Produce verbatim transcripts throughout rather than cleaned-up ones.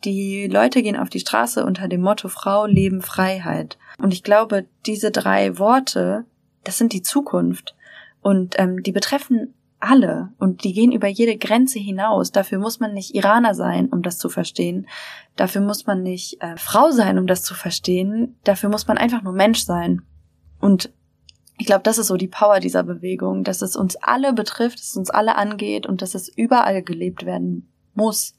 die Leute gehen auf die Straße unter dem Motto Frau, Leben, Freiheit. Und ich glaube, diese drei Worte, das sind die Zukunft. Und ähm, die betreffen alle. Und die gehen über jede Grenze hinaus. Dafür muss man nicht Iraner sein, um das zu verstehen. Dafür muss man nicht äh, Frau sein, um das zu verstehen. Dafür muss man einfach nur Mensch sein. Und ich glaube, das ist so die Power dieser Bewegung, dass es uns alle betrifft, dass es uns alle angeht und dass es überall gelebt werden muss.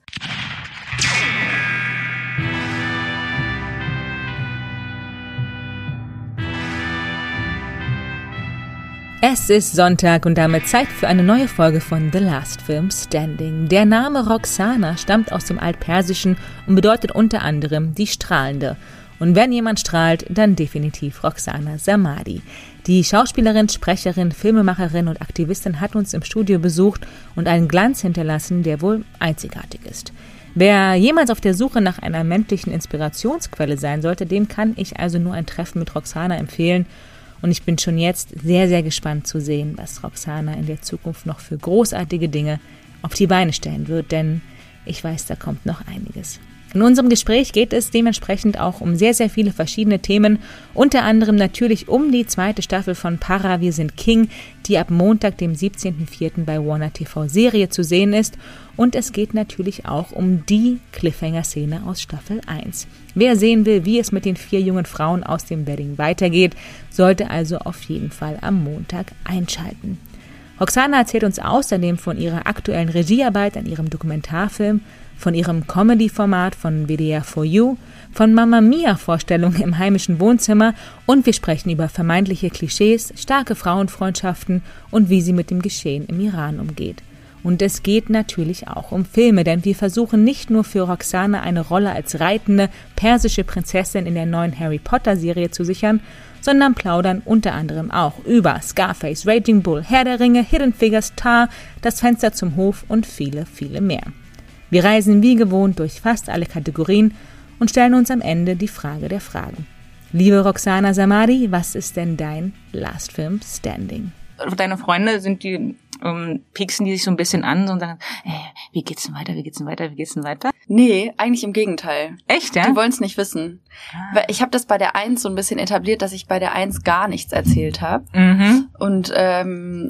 Es ist Sonntag und damit Zeit für eine neue Folge von The Last Film Standing. Der Name Roxana stammt aus dem Altpersischen und bedeutet unter anderem die Strahlende. Und wenn jemand strahlt, dann definitiv Roxana Samadi. Die Schauspielerin, Sprecherin, Filmemacherin und Aktivistin hat uns im Studio besucht und einen Glanz hinterlassen, der wohl einzigartig ist. Wer jemals auf der Suche nach einer männlichen Inspirationsquelle sein sollte, dem kann ich also nur ein Treffen mit Roxana empfehlen. Und ich bin schon jetzt sehr, sehr gespannt zu sehen, was Roxana in der Zukunft noch für großartige Dinge auf die Beine stellen wird, denn ich weiß, da kommt noch einiges. In unserem Gespräch geht es dementsprechend auch um sehr, sehr viele verschiedene Themen, unter anderem natürlich um die zweite Staffel von Para, wir sind King, die ab Montag, dem siebzehnten vierten bei Warner T V Serie zu sehen ist. Und es geht natürlich auch um die Cliffhanger-Szene aus Staffel eins. Wer sehen will, wie es mit den vier jungen Frauen aus dem Wedding weitergeht, sollte also auf jeden Fall am Montag einschalten. Roxana erzählt uns außerdem von ihrer aktuellen Regiearbeit an ihrem Dokumentarfilm, von ihrem Comedy-Format von W D R for You, von Mamma Mia-Vorstellungen im heimischen Wohnzimmer und wir sprechen über vermeintliche Klischees, starke Frauenfreundschaften und wie sie mit dem Geschehen im Iran umgeht. Und es geht natürlich auch um Filme, denn wir versuchen nicht nur für Roxana eine Rolle als reitende persische Prinzessin in der neuen Harry Potter-Serie zu sichern, sondern plaudern unter anderem auch über Scarface, Raging Bull, Herr der Ringe, Hidden Figures, Tar, Das Fenster zum Hof und viele, viele mehr. Wir reisen wie gewohnt durch fast alle Kategorien und stellen uns am Ende die Frage der Fragen. Liebe Roxana Samadi, was ist denn dein Last Film Standing? Deine Freunde, sind die, ähm, pieksen die sich so ein bisschen an und sagen, äh, wie geht's denn weiter, wie geht's denn weiter, wie geht's denn weiter? Nee, eigentlich im Gegenteil. Echt, ja? Die wollen es nicht wissen. Ah. Weil ich habe das bei der Eins so ein bisschen etabliert, dass ich bei der Eins gar nichts erzählt habe. Mhm. Und ähm,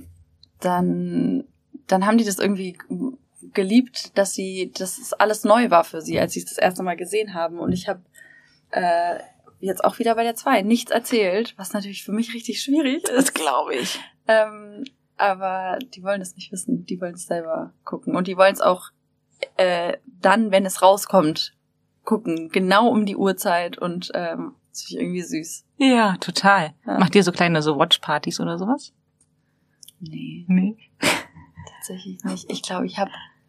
dann, dann haben die das irgendwie geliebt, dass sie, dass es alles neu war für sie, als sie es das erste Mal gesehen haben. Und ich habe äh, jetzt auch wieder bei der zwei nichts erzählt, was natürlich für mich richtig schwierig ist. Das glaube ich. Ähm, aber die wollen es nicht wissen. Die wollen es selber gucken. Und die wollen es auch äh, dann, wenn es rauskommt, gucken. Genau um die Uhrzeit. Und ähm, das finde ich irgendwie süß. Ja, total. Ja. Macht ihr so kleine so Watchpartys oder sowas? Nee. Nee. Tatsächlich nicht. Ich glaube, ich habe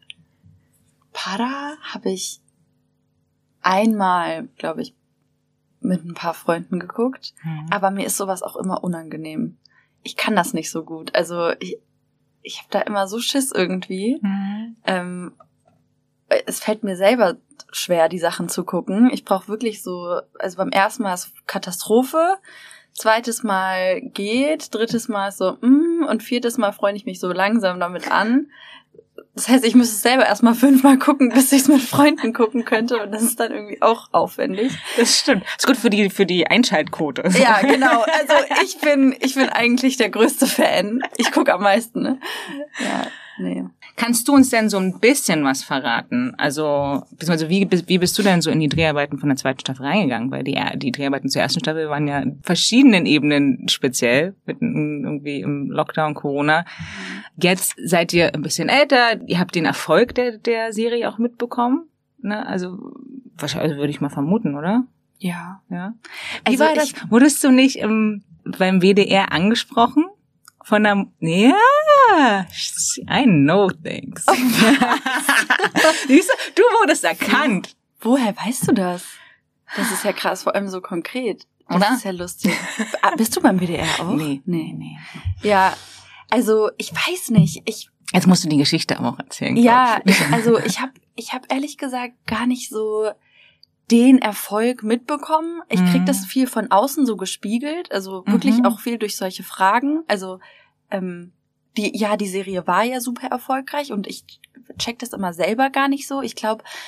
Para habe ich einmal, glaube ich, mit ein paar Freunden geguckt. Mhm. Aber mir ist sowas auch immer unangenehm. Ich kann das nicht so gut. Also ich, ich habe da immer so Schiss irgendwie. Mhm. Ähm, es fällt mir selber schwer, die Sachen zu gucken. Ich brauche wirklich so, also beim ersten Mal ist Katastrophe, zweites Mal geht, drittes Mal ist so, mm, und viertes Mal freue ich mich so langsam damit an. Das heißt, ich müsste es selber erstmal fünfmal gucken, bis ich es mit Freunden gucken könnte. Und das ist dann irgendwie auch aufwendig. Das stimmt. Das ist gut für die, für die Einschaltquote. Ja, genau. Also ich bin, ich bin eigentlich der größte Fan. Ich gucke am meisten, ne? Ja, nee. Kannst du uns denn so ein bisschen was verraten? Also, beziehungsweise wie, wie bist du denn so in die Dreharbeiten von der zweiten Staffel reingegangen? Weil die, die Dreharbeiten zur ersten Staffel waren ja in verschiedenen Ebenen speziell, mit irgendwie im Lockdown, Corona. Jetzt seid ihr ein bisschen älter, ihr habt den Erfolg der, der Serie auch mitbekommen, ne? Also, wahrscheinlich also würde ich mal vermuten, oder? Ja. Ja. Wie Also war das? ich, Wurdest du nicht im, beim W D R angesprochen? Von der, ja, I know things. Oh, Siehst du, du wurdest erkannt. Woher weißt du das? Das ist ja krass, vor allem so konkret. Das Oder? ist ja lustig. Ah, bist du beim W D R auch? Nee, nee, nee. Ja, also ich weiß nicht. Ich Jetzt musst du die Geschichte auch erzählen. Ja, ich, also ich habe ich hab ehrlich gesagt gar nicht so den Erfolg mitbekommen. Ich krieg Mhm. das viel von außen so gespiegelt, also wirklich Mhm. auch viel durch solche Fragen. Also ähm, die ja, die Serie war ja super erfolgreich und ich check das immer selber gar nicht so. Ich glaube,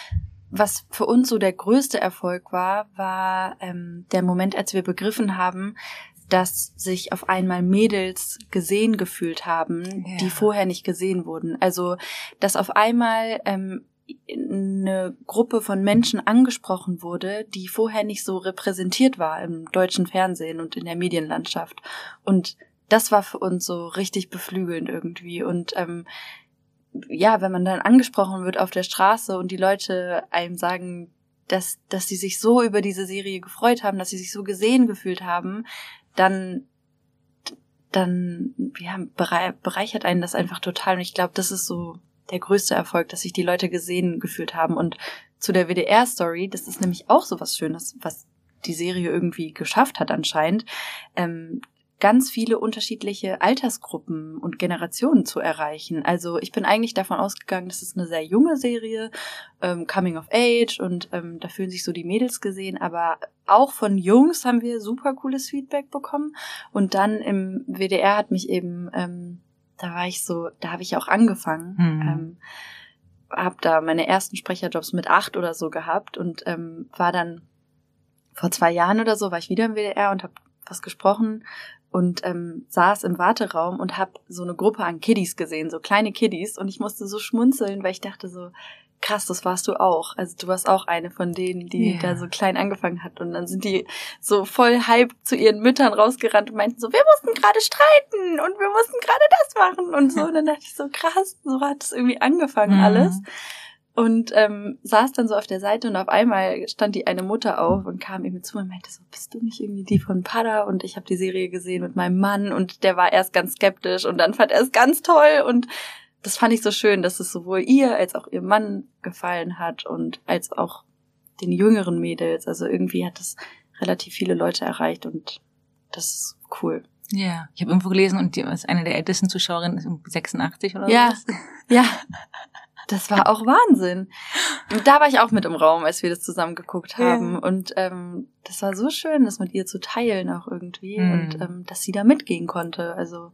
was für uns so der größte Erfolg war, war ähm, der Moment, als wir begriffen haben, dass sich auf einmal Mädels gesehen gefühlt haben, ja. die vorher nicht gesehen wurden. Also, dass auf einmal ähm, eine Gruppe von Menschen angesprochen wurde, die vorher nicht so repräsentiert war im deutschen Fernsehen und in der Medienlandschaft. Und das war für uns so richtig beflügelnd irgendwie. Und ähm, ja, wenn man dann angesprochen wird auf der Straße und die Leute einem sagen, dass dass sie sich so über diese Serie gefreut haben, dass sie sich so gesehen gefühlt haben, dann dann ja, bereichert einen das einfach total. Und ich glaube, das ist so der größte Erfolg, dass sich die Leute gesehen gefühlt haben. Und zu der W D R-Story, das ist nämlich auch so was Schönes, was die Serie irgendwie geschafft hat anscheinend, ähm, ganz viele unterschiedliche Altersgruppen und Generationen zu erreichen. Also ich bin eigentlich davon ausgegangen, das ist eine sehr junge Serie, ähm, Coming of Age, und ähm, da fühlen sich so die Mädels gesehen, aber auch von Jungs haben wir super cooles Feedback bekommen. Und dann im W D R hat mich eben, ähm, da war ich so, da habe ich auch angefangen, mhm. ähm, habe da meine ersten Sprecherjobs mit acht oder so gehabt und ähm, war dann vor zwei Jahren oder so, war ich wieder im W D R und habe was gesprochen und ähm, saß im Warteraum und habe so eine Gruppe an Kiddies gesehen, so kleine Kiddies, und ich musste so schmunzeln, weil ich dachte so, krass, das warst du auch. Also du warst auch eine von denen, die yeah. da so klein angefangen hat, und dann sind die so voll hype zu ihren Müttern rausgerannt und meinten so, wir mussten gerade streiten und wir mussten gerade das machen und so. Und dann dachte ich so, krass, so hat es irgendwie angefangen mhm. alles. Und ähm, saß dann so auf der Seite und auf einmal stand die eine Mutter auf und kam eben zu mir und meinte so, bist du nicht irgendwie die von Pada? Und ich habe die Serie gesehen mit meinem Mann und der war erst ganz skeptisch und dann fand er es ganz toll. Und das fand ich so schön, dass es sowohl ihr als auch ihrem Mann gefallen hat und als auch den jüngeren Mädels. Also irgendwie hat es relativ viele Leute erreicht und das ist cool. Ja, ich habe irgendwo gelesen, und die ist eine der ältesten Zuschauerinnen, ist sechsundachtzig oder ja, was? Ja, das war auch Wahnsinn. Und da war ich auch mit im Raum, als wir das zusammen geguckt haben. Ja. Und ähm, das war so schön, das mit ihr zu teilen auch irgendwie. Mhm. Und ähm, dass sie da mitgehen konnte. Also,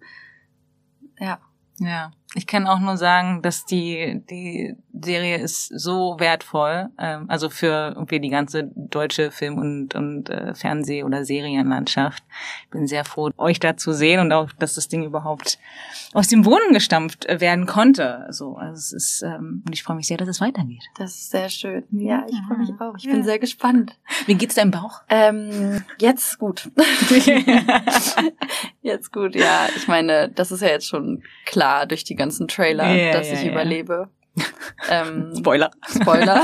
ja. Ja, ich kann auch nur sagen, dass die die Serie ist so wertvoll, ähm, also für irgendwie die ganze deutsche Film- und und äh, Fernseh- oder Serienlandschaft. Ich bin sehr froh, euch da zu sehen und auch, dass das Ding überhaupt aus dem Boden gestampft werden konnte. So, also es ist ähm, und ich freue mich sehr, dass es weitergeht. Das ist sehr schön. Ja, ich freue mich auch. Ich ja. bin sehr gespannt. Wie geht's deinem Bauch? Ähm, jetzt gut. Jetzt gut, ja. Ich meine, das ist ja jetzt schon klar durch die ganzen Trailer, yeah, dass yeah, ich yeah. überlebe. Ähm, Spoiler. Spoiler.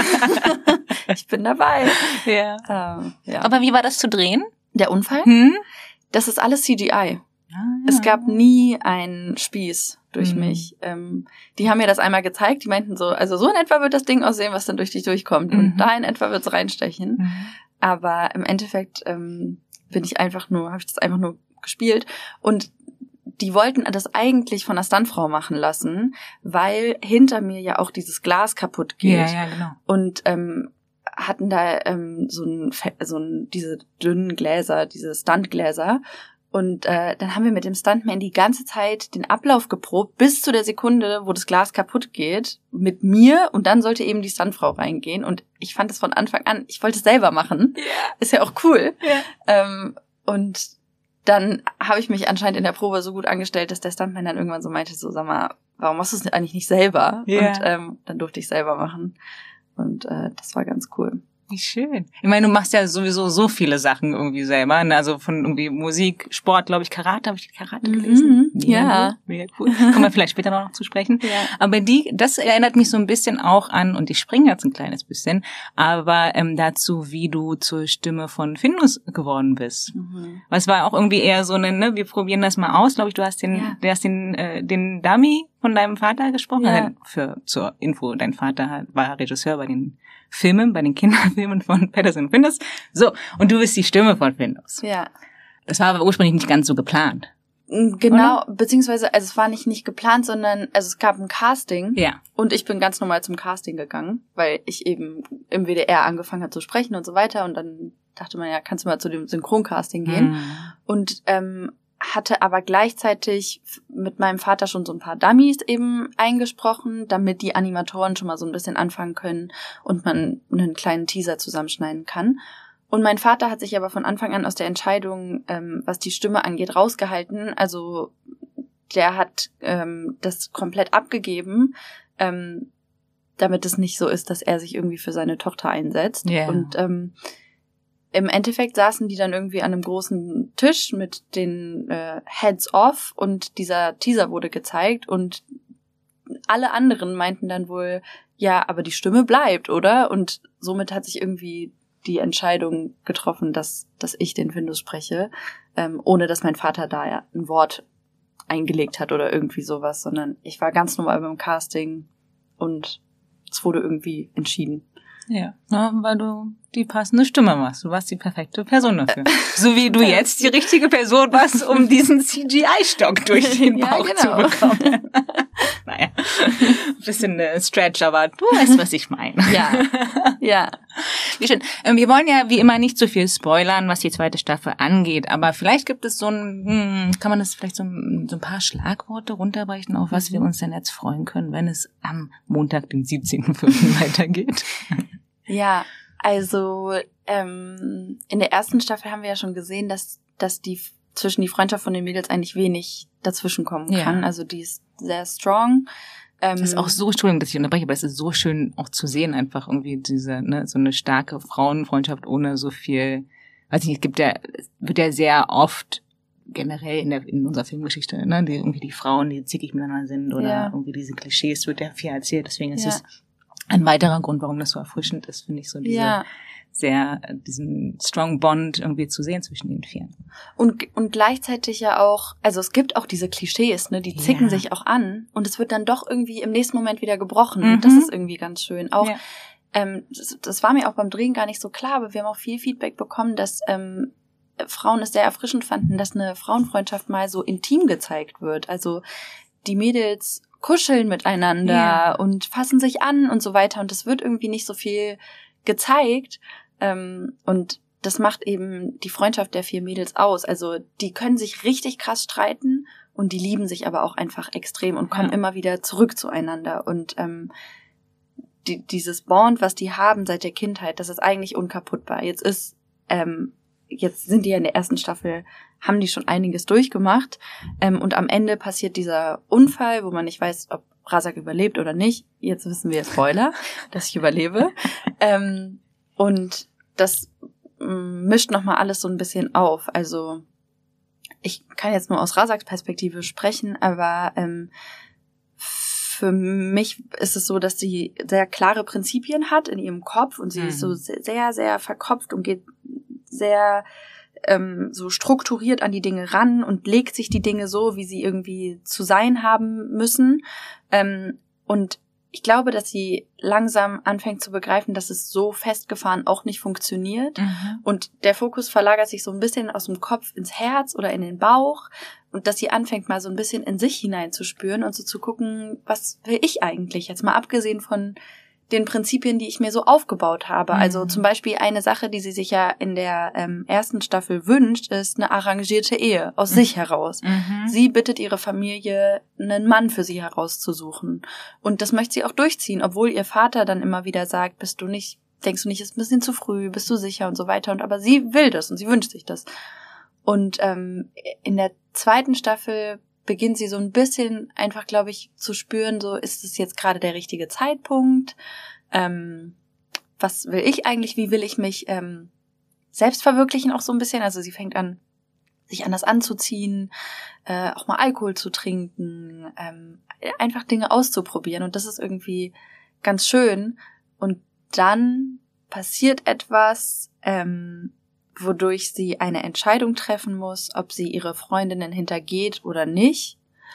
Ich bin dabei. Yeah. Ähm, ja. Aber wie war das zu drehen? Der Unfall? Hm? Das ist alles C G I. Ah, ja. Es gab nie einen Spieß durch mhm. mich. Ähm, die haben mir das einmal gezeigt. Die meinten so, also so in etwa wird das Ding aussehen, was dann durch dich durchkommt. Mhm. Und da in etwa wird es reinstechen. Mhm. Aber im Endeffekt ähm, bin ich einfach nur, habe ich das einfach nur gespielt. Und die wollten das eigentlich von der Stuntfrau machen lassen, weil hinter mir ja auch dieses Glas kaputt geht. Ja, ja, genau. Und ähm, hatten da ähm, so ein, so ein, diese dünnen Gläser, diese Stuntgläser. Und äh, dann haben wir mit dem Stuntman die ganze Zeit den Ablauf geprobt, bis zu der Sekunde, wo das Glas kaputt geht, mit mir. Und dann sollte eben die Stuntfrau reingehen. Und ich fand es von Anfang an, ich wollte es selber machen. Yeah. Ist ja auch cool. Yeah. Ähm, und dann habe ich mich anscheinend in der Probe so gut angestellt, dass der Stuntman dann irgendwann so meinte, so, sag mal, warum machst du es eigentlich nicht selber? Yeah. Und ähm, dann durfte ich selber machen. Und äh, das war ganz cool. Wie schön. Ich meine, du machst ja sowieso so viele Sachen irgendwie selber. Ne? Also von irgendwie Musik, Sport, glaube ich, Karate. Habe ich Karate gelesen? Mhm, ja. Mega cool. Kommen wir vielleicht später noch zu sprechen. Ja. Aber die, das erinnert mich so ein bisschen auch an, und ich springe jetzt ein kleines bisschen, aber ähm, dazu, wie du zur Stimme von Findus geworden bist. Mhm. Weil es war auch irgendwie eher so eine, ne, wir probieren das mal aus. Glaube ich, du hast den, ja. du hast den, äh, den Dummy von deinem Vater gesprochen. Ja. Also für zur Info, dein Vater war Regisseur bei den Filmen, bei den Kinderfilmen von Patterson und Findus. So, und du bist die Stimme von Findus. Ja. Das war aber ursprünglich nicht ganz so geplant. Genau, oder? Beziehungsweise, also es war nicht nicht geplant, sondern also es gab ein Casting. Ja. Und ich bin ganz normal zum Casting gegangen, weil ich eben im W D R angefangen habe zu sprechen und so weiter. Und dann dachte man, ja, kannst du mal zu dem Synchroncasting gehen. Mhm. Und ähm, hatte aber gleichzeitig mit meinem Vater schon so ein paar Dummies eben eingesprochen, damit die Animatoren schon mal so ein bisschen anfangen können und man einen kleinen Teaser zusammenschneiden kann. Und mein Vater hat sich aber von Anfang an aus der Entscheidung, ähm, was die Stimme angeht, rausgehalten. Also der hat ähm, das komplett abgegeben, ähm, damit es nicht so ist, dass er sich irgendwie für seine Tochter einsetzt. Yeah. Und ähm, im Endeffekt saßen die dann irgendwie an einem großen Tisch mit den äh, Heads off und dieser Teaser wurde gezeigt und alle anderen meinten dann wohl, ja, aber die Stimme bleibt, oder? Und somit hat sich irgendwie die Entscheidung getroffen, dass dass ich den Findus spreche, ähm, ohne dass mein Vater da ja ein Wort eingelegt hat oder irgendwie sowas, sondern ich war ganz normal beim Casting und es wurde irgendwie entschieden. Ja, na, weil du die passende Stimme machst. Du warst die perfekte Person dafür. So wie du jetzt die richtige Person warst, um diesen C G I-Stock durch den Bauch ja, genau. zu bekommen. Naja, ein bisschen äh, Stretch, aber du weißt, was ich meine. Ja, ja. Wie schön. Ähm, wir wollen ja wie immer nicht so viel spoilern, was die zweite Staffel angeht, aber vielleicht gibt es so ein, hm, kann man das vielleicht so ein, so ein paar Schlagworte runterbrechen, auf was mhm. wir uns denn jetzt freuen können, wenn es am Montag, den siebzehnten vierten weitergeht? Ja, also ähm, in der ersten Staffel haben wir ja schon gesehen, dass dass die zwischen die Freundschaft von den Mädels eigentlich wenig dazwischen kommen kann. Ja. Also die ist sehr strong. Ähm, das ist auch so, Entschuldigung, dass ich unterbreche, aber es ist so schön auch zu sehen, einfach irgendwie diese, ne, so eine starke Frauenfreundschaft ohne so viel, weiß ich nicht, es gibt ja, es wird ja sehr oft generell in der in unserer Filmgeschichte, ne, die irgendwie die Frauen, die zickig miteinander sind oder ja. irgendwie diese Klischees wird ja viel erzählt, deswegen ist ja. es ein weiterer Grund, warum das so erfrischend ist, finde ich, so diese ja. sehr, diesen strong Bond irgendwie zu sehen zwischen den Vieren. Und, und gleichzeitig ja auch, also es gibt auch diese Klischees, ne, die zicken ja. sich auch an und es wird dann doch irgendwie im nächsten Moment wieder gebrochen mhm. und das ist irgendwie ganz schön. Auch, ja. ähm, das, das war mir auch beim Drehen gar nicht so klar, aber wir haben auch viel Feedback bekommen, dass, ähm, Frauen es sehr erfrischend fanden, dass eine Frauenfreundschaft mal so intim gezeigt wird. Also, die Mädels kuscheln miteinander yeah. und fassen sich an und so weiter. Und das wird irgendwie nicht so viel gezeigt. Ähm, und das macht eben die Freundschaft der vier Mädels aus. Also die können sich richtig krass streiten und die lieben sich aber auch einfach extrem und kommen ja. immer wieder zurück zueinander. Und ähm, die, dieses Bond, was die haben seit der Kindheit, das ist eigentlich unkaputtbar. Jetzt ist, ähm, jetzt sind die ja in der ersten Staffel, haben die schon einiges durchgemacht. Ähm, und am Ende passiert dieser Unfall, wo man nicht weiß, ob Razak überlebt oder nicht. Jetzt wissen wir, Spoiler, dass ich überlebe. Ähm, und das m, mischt nochmal alles so ein bisschen auf. Also ich kann jetzt nur aus Razaks Perspektive sprechen, aber ähm, für mich ist es so, dass sie sehr klare Prinzipien hat in ihrem Kopf und sie mhm. ist so sehr, sehr verkopft und geht sehr ähm, so strukturiert an die Dinge ran und legt sich die Dinge so, wie sie irgendwie zu sein haben müssen. Ähm, und ich glaube, dass sie langsam anfängt zu begreifen, dass es so festgefahren auch nicht funktioniert. Mhm. Und der Fokus verlagert sich so ein bisschen aus dem Kopf ins Herz oder in den Bauch. Und dass sie anfängt, mal so ein bisschen in sich hineinzuspüren und so zu gucken, was will ich eigentlich? Jetzt mal abgesehen von den Prinzipien, die ich mir so aufgebaut habe. Mhm. Also zum Beispiel eine Sache, die sie sich ja in der ähm, ersten Staffel wünscht, ist eine arrangierte Ehe aus mhm. sich heraus. Mhm. Sie bittet ihre Familie, einen Mann für sie herauszusuchen. Und das möchte sie auch durchziehen, obwohl ihr Vater dann immer wieder sagt, bist du nicht, denkst du nicht, ist ein bisschen zu früh, bist du sicher und so weiter. Und aber sie will das und sie wünscht sich das. Und ähm, in der zweiten Staffel beginnt sie so ein bisschen einfach, glaube ich, zu spüren, so ist es jetzt gerade der richtige Zeitpunkt, ähm, was will ich eigentlich, wie will ich mich ähm, selbst verwirklichen auch so ein bisschen, also sie fängt an, sich anders anzuziehen, äh, auch mal Alkohol zu trinken, ähm, einfach Dinge auszuprobieren und das ist irgendwie ganz schön und dann passiert etwas, ähm, wodurch sie eine Entscheidung treffen muss, ob sie ihre Freundinnen hintergeht oder nicht,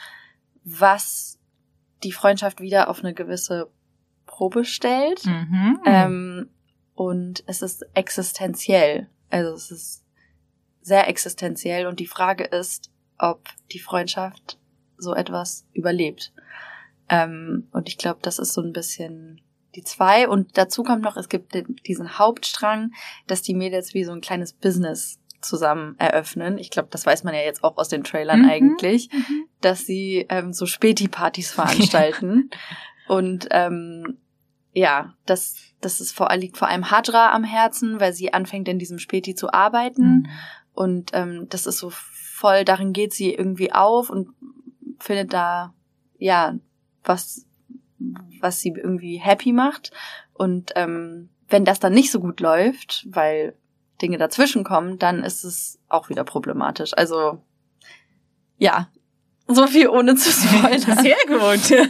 was die Freundschaft wieder auf eine gewisse Probe stellt. Mhm. Ähm, und es ist existenziell. Also es ist sehr existenziell und die Frage ist, ob die Freundschaft so etwas überlebt. Ähm, und ich glaube, das ist so ein bisschen die zwei. Und dazu kommt noch, es gibt diesen Hauptstrang, dass die Mädels wie so ein kleines Business zusammen eröffnen. Ich glaube, das weiß man ja jetzt auch aus den Trailern mhm. eigentlich, mhm. dass sie ähm, so Späti-Partys veranstalten. Und ähm, ja, das, das ist vor, liegt vor allem Hadra am Herzen, weil sie anfängt in diesem Späti zu arbeiten. Mhm. Und ähm, das ist so voll, darin geht sie irgendwie auf und findet da, ja, was, was sie irgendwie happy macht. Und ähm, wenn das dann nicht so gut läuft, weil Dinge dazwischen kommen, dann ist es auch wieder problematisch. Also, ja, so viel ohne zu spoilern. Sehr gut.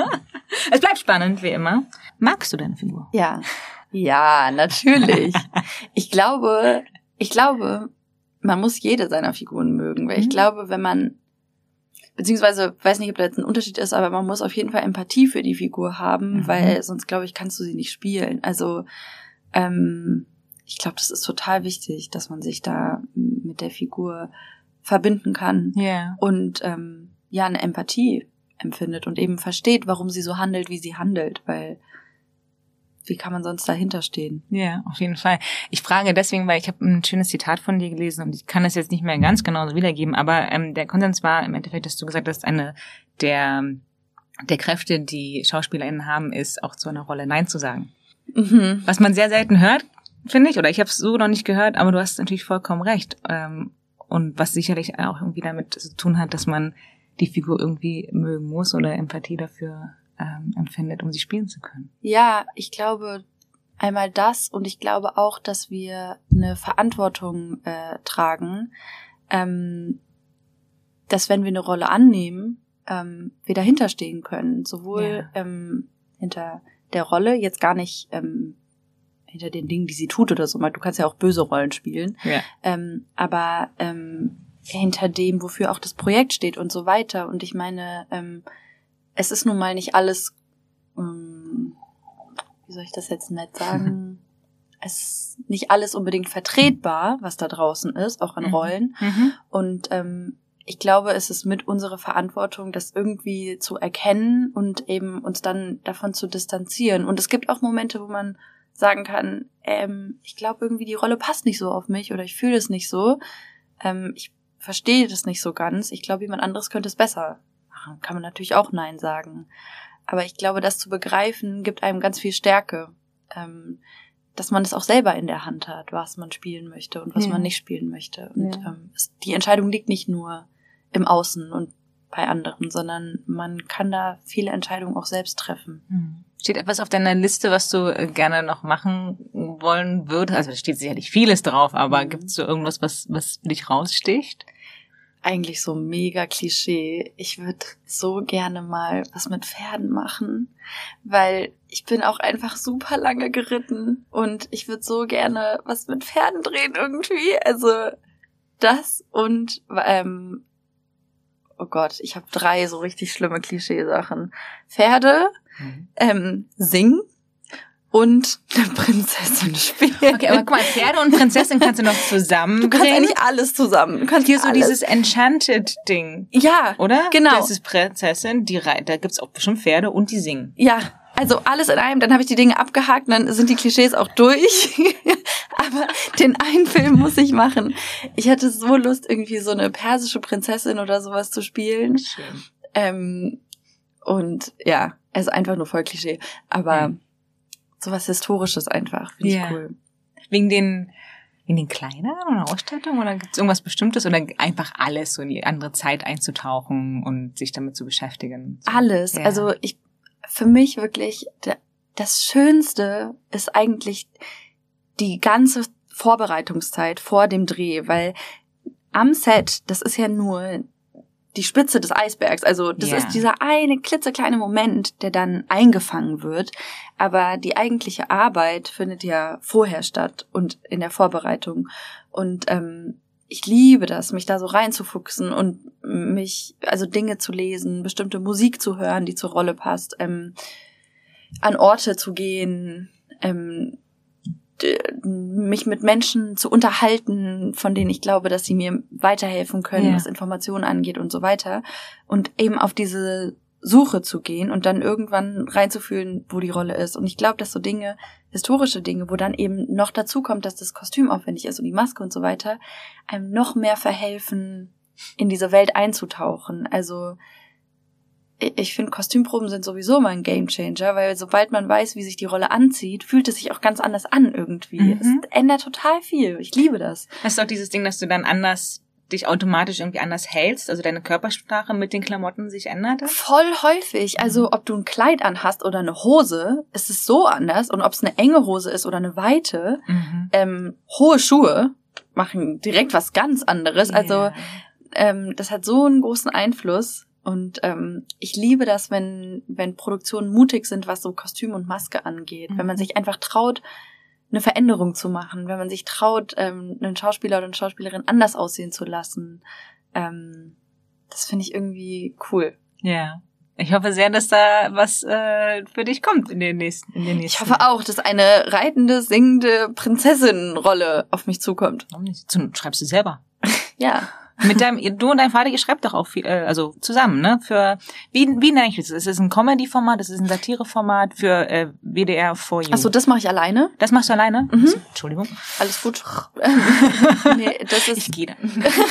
Es bleibt spannend, wie immer. Magst du deine Figur? Ja, ja, natürlich. Ich glaube, ich glaube, man muss jede seiner Figuren mögen, weil mhm. ich glaube, wenn man, beziehungsweise, weiß nicht, ob da jetzt ein Unterschied ist, aber man muss auf jeden Fall Empathie für die Figur haben, mhm. weil sonst, glaube ich, kannst du sie nicht spielen. Also, ähm, ich glaube, das ist total wichtig, dass man sich da mit der Figur verbinden kann yeah. und ähm, ja, eine Empathie empfindet und eben versteht, warum sie so handelt, wie sie handelt, weil wie kann man sonst dahinter stehen? Ja, yeah, auf jeden Fall. Ich frage deswegen, weil ich habe ein schönes Zitat von dir gelesen und ich kann es jetzt nicht mehr ganz genau so wiedergeben, aber ähm, der Konsens war im Endeffekt, dass du gesagt hast, eine der der Kräfte, die SchauspielerInnen haben, ist auch zu einer Rolle Nein zu sagen. Mhm. Was man sehr selten hört, finde ich, oder ich habe es so noch nicht gehört, aber du hast natürlich vollkommen recht. Ähm, und was sicherlich auch irgendwie damit zu tun hat, dass man die Figur irgendwie mögen muss oder Empathie dafür ähm, empfindet, um sie spielen zu können. Ja, ich glaube einmal das und ich glaube auch, dass wir eine Verantwortung äh, tragen, ähm, dass wenn wir eine Rolle annehmen, ähm, wir dahinter stehen können. Sowohl ja. ähm, hinter der Rolle, jetzt gar nicht ähm, hinter den Dingen, die sie tut oder so. Du kannst ja auch böse Rollen spielen. Ja. Ähm, aber ähm, hinter dem, wofür auch das Projekt steht und so weiter. Und ich meine, ähm, es ist nun mal nicht alles, ähm, wie soll ich das jetzt nett sagen? Es ist nicht alles unbedingt vertretbar, was da draußen ist, auch an mhm. Rollen. Mhm. Und ähm, ich glaube, es ist mit unserer Verantwortung, das irgendwie zu erkennen und eben uns dann davon zu distanzieren. Und es gibt auch Momente, wo man sagen kann, ähm, ich glaube irgendwie die Rolle passt nicht so auf mich oder ich fühle es nicht so. Ähm, ich verstehe das nicht so ganz. Ich glaube, jemand anderes könnte es besser machen. Kann man natürlich auch Nein sagen. Aber ich glaube, das zu begreifen, gibt einem ganz viel Stärke. Ähm, dass man es auch selber in der Hand hat, was man spielen möchte und was ja. man nicht spielen möchte. Und ja. ähm, es, die Entscheidung liegt nicht nur im Außen und bei anderen, sondern man kann da viele Entscheidungen auch selbst treffen. Hm. Steht etwas auf deiner Liste, was du gerne noch machen wollen würdest? Also da steht sicherlich vieles drauf, aber mhm. gibt es so irgendwas, was, was für dich raussticht? Eigentlich so mega Klischee. Ich würde so gerne mal was mit Pferden machen, weil ich bin auch einfach super lange geritten und ich würde so gerne was mit Pferden drehen irgendwie. Also das und ähm, oh Gott, ich habe drei so richtig schlimme Klischeesachen. Pferde, mhm. ähm, singen und eine Prinzessin spielen. Okay, aber guck mal, Pferde und Prinzessin kannst du noch zusammen. Du kannst eigentlich alles zusammen. Du kannst hier so alles. dieses Enchanted-Ding. Ja, oder? Genau. Das ist Prinzessin, die rei- da gibt's auch bestimmt Pferde und die singen. Ja, also alles in einem. Dann habe ich die Dinge abgehakt, dann sind die Klischees auch durch. Aber den einen Film muss ich machen. Ich hatte so Lust, irgendwie so eine persische Prinzessin oder sowas zu spielen. Schön. Ähm, und ja, also einfach nur voll Klischee. Aber mhm. sowas Historisches einfach, finde ja. ich cool. Wegen den, wegen den Kleidern oder Ausstattung? Oder gibt es irgendwas Bestimmtes? Oder einfach alles, so in die andere Zeit einzutauchen und sich damit zu beschäftigen? So. Alles. Ja. Also ich, für mich wirklich, das Schönste ist eigentlich die ganze Vorbereitungszeit vor dem Dreh, weil am Set, das ist ja nur die Spitze des Eisbergs. Also das yeah. ist dieser eine klitzekleine Moment, der dann eingefangen wird. Aber die eigentliche Arbeit findet ja vorher statt und in der Vorbereitung. Und ähm, ich liebe das, mich da so reinzufuchsen und mich, also Dinge zu lesen, bestimmte Musik zu hören, die zur Rolle passt, ähm, an Orte zu gehen, ähm, mich mit Menschen zu unterhalten, von denen ich glaube, dass sie mir weiterhelfen können, ja. was Informationen angeht und so weiter. Und eben auf diese Suche zu gehen und dann irgendwann reinzufühlen, wo die Rolle ist. Und ich glaube, dass so Dinge, historische Dinge, wo dann eben noch dazu kommt, dass das Kostüm aufwendig ist und die Maske und so weiter, einem noch mehr verhelfen, in diese Welt einzutauchen. Also ich finde, Kostümproben sind sowieso immer ein Gamechanger, weil sobald man weiß, wie sich die Rolle anzieht, fühlt es sich auch ganz anders an irgendwie. Mhm. Es ändert total viel. Ich liebe das. Hast du auch dieses Ding, dass du dann anders dich automatisch irgendwie anders hältst, also deine Körpersprache mit den Klamotten sich ändert? Voll häufig. Also ob du ein Kleid anhast oder eine Hose, ist es so anders. Und ob es eine enge Hose ist oder eine weite, mhm. ähm, hohe Schuhe machen direkt was ganz anderes. Yeah. Also ähm, das hat so einen großen Einfluss. Und ähm, ich liebe das, wenn wenn Produktionen mutig sind, was so Kostüm und Maske angeht. Mhm. Wenn man sich einfach traut, eine Veränderung zu machen, wenn man sich traut, ähm, einen Schauspieler oder eine Schauspielerin anders aussehen zu lassen. Ähm, das finde ich irgendwie cool. Ja. Ich hoffe sehr, dass da was äh, für dich kommt in den nächsten in den nächsten. Ich hoffe auch, dass eine reitende, singende Prinzessin-Rolle auf mich zukommt. Warum nicht? Schreibst du selber? Ja. Mit deinem, du und dein Vater, ihr schreibt doch auch viel, äh, also zusammen, ne? Für, wie, wie nenne ich das? Ist es ein Comedy-Format? Ist es ein Satire-Format für äh, W D R for You? Ach so, das mache ich alleine. Das machst du alleine? Mhm. Also, Entschuldigung. Alles gut. nee, das ist. Ich gehe dann.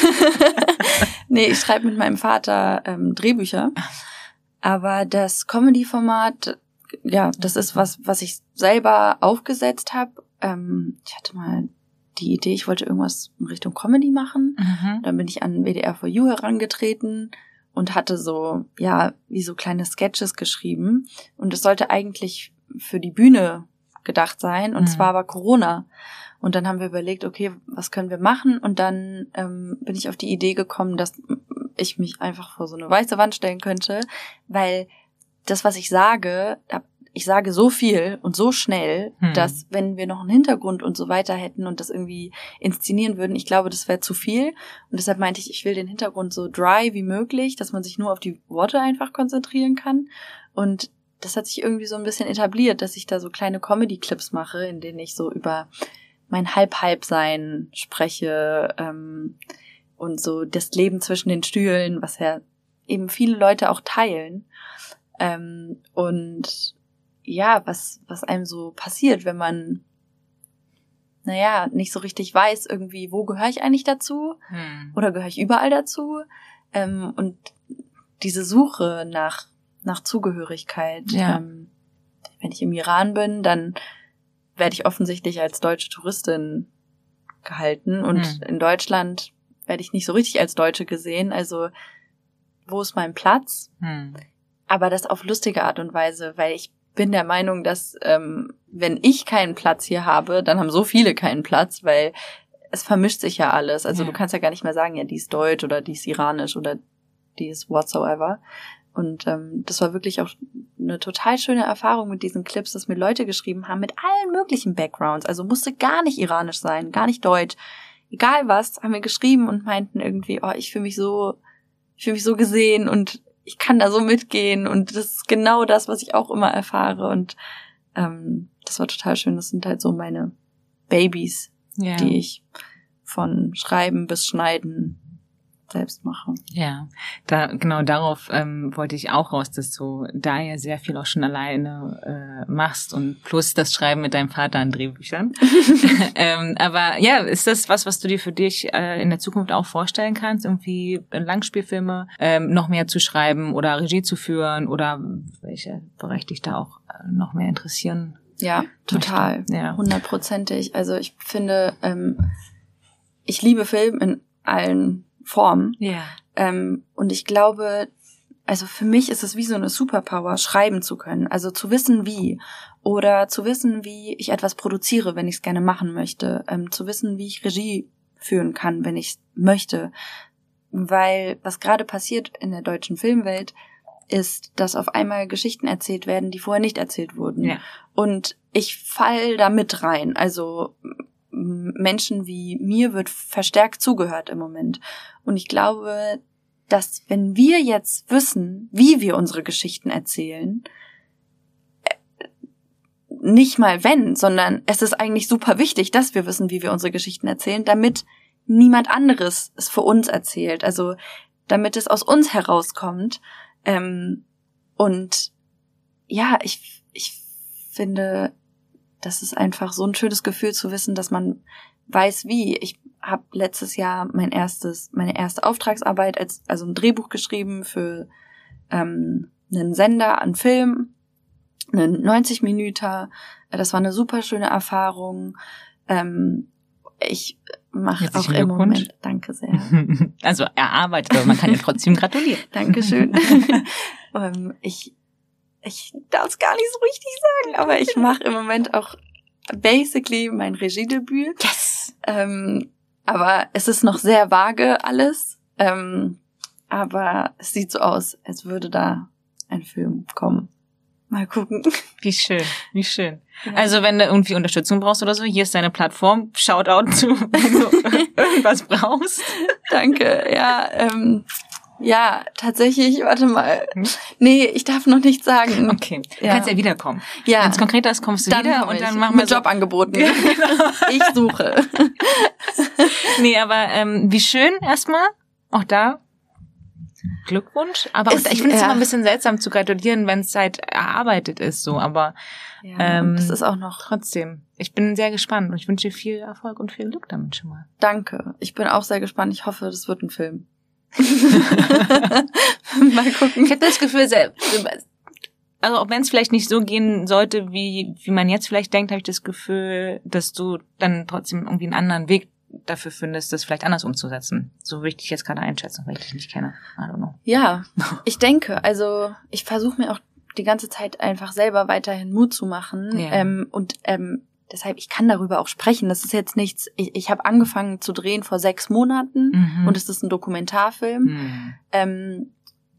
Nee, ich schreibe mit meinem Vater ähm, Drehbücher. Aber das Comedy-Format, ja, das ist was, was ich selber aufgesetzt habe. Ähm, ich hatte mal die Idee, ich wollte irgendwas in Richtung Comedy machen. Mhm. Dann bin ich an W D R for You herangetreten und hatte so, ja, wie so kleine Sketches geschrieben. Und es sollte eigentlich für die Bühne gedacht sein. Und mhm. es war aber Corona. Und dann haben wir überlegt, okay, was können wir machen? Und dann ähm, bin ich auf die Idee gekommen, dass ich mich einfach vor so eine weiße Wand stellen könnte, weil das, was ich sage, ich sage so viel und so schnell, hm. dass wenn wir noch einen Hintergrund und so weiter hätten und das irgendwie inszenieren würden, ich glaube, das wäre zu viel. Und deshalb meinte ich, ich will den Hintergrund so dry wie möglich, dass man sich nur auf die Worte einfach konzentrieren kann. Und das hat sich irgendwie so ein bisschen etabliert, dass ich da so kleine Comedy-Clips mache, in denen ich so über mein Halb-Halb-Sein spreche ähm, und so das Leben zwischen den Stühlen, was ja eben viele Leute auch teilen. Ähm, und ja, was was einem so passiert, wenn man, naja, nicht so richtig weiß, irgendwie, wo gehöre ich eigentlich dazu? Hm. Oder gehöre ich überall dazu? Ähm, und diese Suche nach nach Zugehörigkeit. Ja. Ähm, wenn ich im Iran bin, dann werde ich offensichtlich als deutsche Touristin gehalten. Und hm. in Deutschland werde ich nicht so richtig als Deutsche gesehen. Also, wo ist mein Platz? Hm. Aber das auf lustige Art und Weise, weil ich bin der Meinung, dass ähm, wenn ich keinen Platz hier habe, dann haben so viele keinen Platz, weil es vermischt sich ja alles. Also ja. Du kannst ja gar nicht mehr sagen, ja, die ist deutsch oder die ist iranisch oder die ist whatsoever. Und ähm, das war wirklich auch eine total schöne Erfahrung mit diesen Clips, dass mir Leute geschrieben haben mit allen möglichen Backgrounds. Also musste gar nicht iranisch sein, gar nicht deutsch. Egal was, haben wir geschrieben und meinten irgendwie, oh, ich fühle mich so, ich fühle mich so gesehen und ich kann da so mitgehen und das ist genau das, was ich auch immer erfahre und ähm, das war total schön. Das sind halt so meine Babys, yeah. die ich von Schreiben bis Schneiden selbst mache. Ja, da genau darauf ähm, wollte ich auch raus, dass du da ja sehr viel auch schon alleine äh, machst und plus das Schreiben mit deinem Vater an Drehbüchern. ähm, aber ja, ist das was, was du dir für dich äh, in der Zukunft auch vorstellen kannst, irgendwie Langspielfilme ähm, noch mehr zu schreiben oder Regie zu führen oder welche Bereich dich da auch äh, noch mehr interessieren? Ja, total, ja. hundertprozentig. Also ich finde, ähm, ich liebe Film in allen Form. Ja. Ähm, und ich glaube, also für mich ist es wie so eine Superpower, schreiben zu können. Also zu wissen, wie. Oder zu wissen, wie ich etwas produziere, wenn ich es gerne machen möchte. Ähm, zu wissen, wie ich Regie führen kann, wenn ich es möchte. Weil was gerade passiert in der deutschen Filmwelt, ist, dass auf einmal Geschichten erzählt werden, die vorher nicht erzählt wurden. Ja. Und ich fall da mit rein. Also Menschen wie mir wird verstärkt zugehört im Moment. Und ich glaube, dass wenn wir jetzt wissen, wie wir unsere Geschichten erzählen, nicht mal wenn, sondern es ist eigentlich super wichtig, dass wir wissen, wie wir unsere Geschichten erzählen, damit niemand anderes es für uns erzählt. Also damit es aus uns herauskommt. Ähm, Und ja, ich, ich finde, das ist einfach so ein schönes Gefühl zu wissen, dass man weiß, wie. Ich habe letztes Jahr mein erstes, meine erste Auftragsarbeit als, also ein Drehbuch geschrieben für ähm, einen Sender an Film, einen neunzig Minüter. Das war eine super schöne Erfahrung. Ähm, ich mache auch im Moment, danke sehr. Also erarbeitet, aber man kann ja trotzdem gratulieren. Dankeschön. ähm, ich ich darf es gar nicht so richtig sagen, aber ich mache im Moment auch basically mein Regiedebüt. Yes! Ähm, aber es ist noch sehr vage alles. Ähm, aber es sieht so aus, als würde da ein Film kommen. Mal gucken. Wie schön, wie schön. Ja. Also wenn du irgendwie Unterstützung brauchst oder so, hier ist deine Plattform. Shoutout zu, wenn du irgendwas brauchst. Danke, ja. Ähm, ja, tatsächlich, warte mal. Nee, ich darf noch nichts sagen. Okay, du ja. kannst ja wiederkommen. Ja. Wenn es konkreter ist, kommst du dann wieder und dann machen wir mit so Jobangeboten. Ja, genau. Ich suche. Nee, aber ähm, wie schön erstmal, auch da. Glückwunsch, aber ist, ich finde es ja. immer ein bisschen seltsam zu gratulieren, wenn es halt erarbeitet ist, so, aber ja, ähm, das ist auch noch trotzdem. Ich bin sehr gespannt und ich wünsche dir viel Erfolg und viel Glück damit schon mal. Danke, ich bin auch sehr gespannt. Ich hoffe, das wird ein Film. Mal gucken. Ich habe das Gefühl, also auch wenn es vielleicht nicht so gehen sollte, wie wie man jetzt vielleicht denkt, habe ich das Gefühl, dass du dann trotzdem irgendwie einen anderen Weg dafür findest, das vielleicht anders umzusetzen. So würde ich dich jetzt gerade einschätzen, weil ich dich nicht kenne. I don't know. Ja, ich denke, also ich versuche mir auch die ganze Zeit einfach selber weiterhin Mut zu machen. Ja. Ähm, und ähm, deshalb, ich kann darüber auch sprechen. Das ist jetzt nichts, ich, ich habe angefangen zu drehen vor sechs Monaten Mhm. und es ist ein Dokumentarfilm. Mhm. Ähm,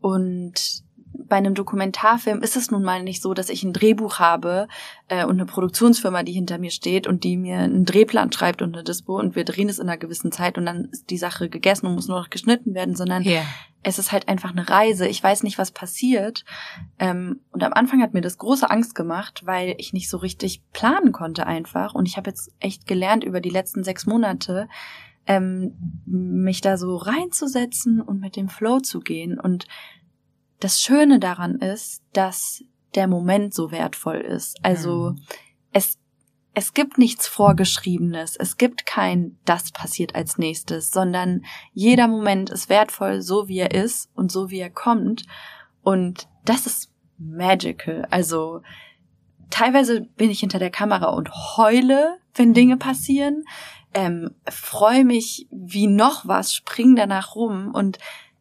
und bei einem Dokumentarfilm ist es nun mal nicht so, dass ich ein Drehbuch habe äh, und eine Produktionsfirma, die hinter mir steht und die mir einen Drehplan schreibt und eine Dispo und wir drehen es in einer gewissen Zeit und dann ist die Sache gegessen und muss nur noch geschnitten werden, sondern Ja. es ist halt einfach eine Reise. Ich weiß nicht, was passiert. Ähm, und am Anfang hat mir das große Angst gemacht, weil ich nicht so richtig planen konnte einfach. Und ich habe jetzt echt gelernt über die letzten sechs Monate, ähm, mich da so reinzusetzen und mit dem Flow zu gehen. Und das Schöne daran ist, dass der Moment so wertvoll ist. Also Mhm. es es gibt nichts Vorgeschriebenes. Es gibt kein, das passiert als nächstes, sondern jeder Moment ist wertvoll, so wie er ist und so wie er kommt. Und das ist magical. Also teilweise bin ich hinter der Kamera und heule, wenn Dinge passieren, ähm, freue mich wie noch was, spring danach rum und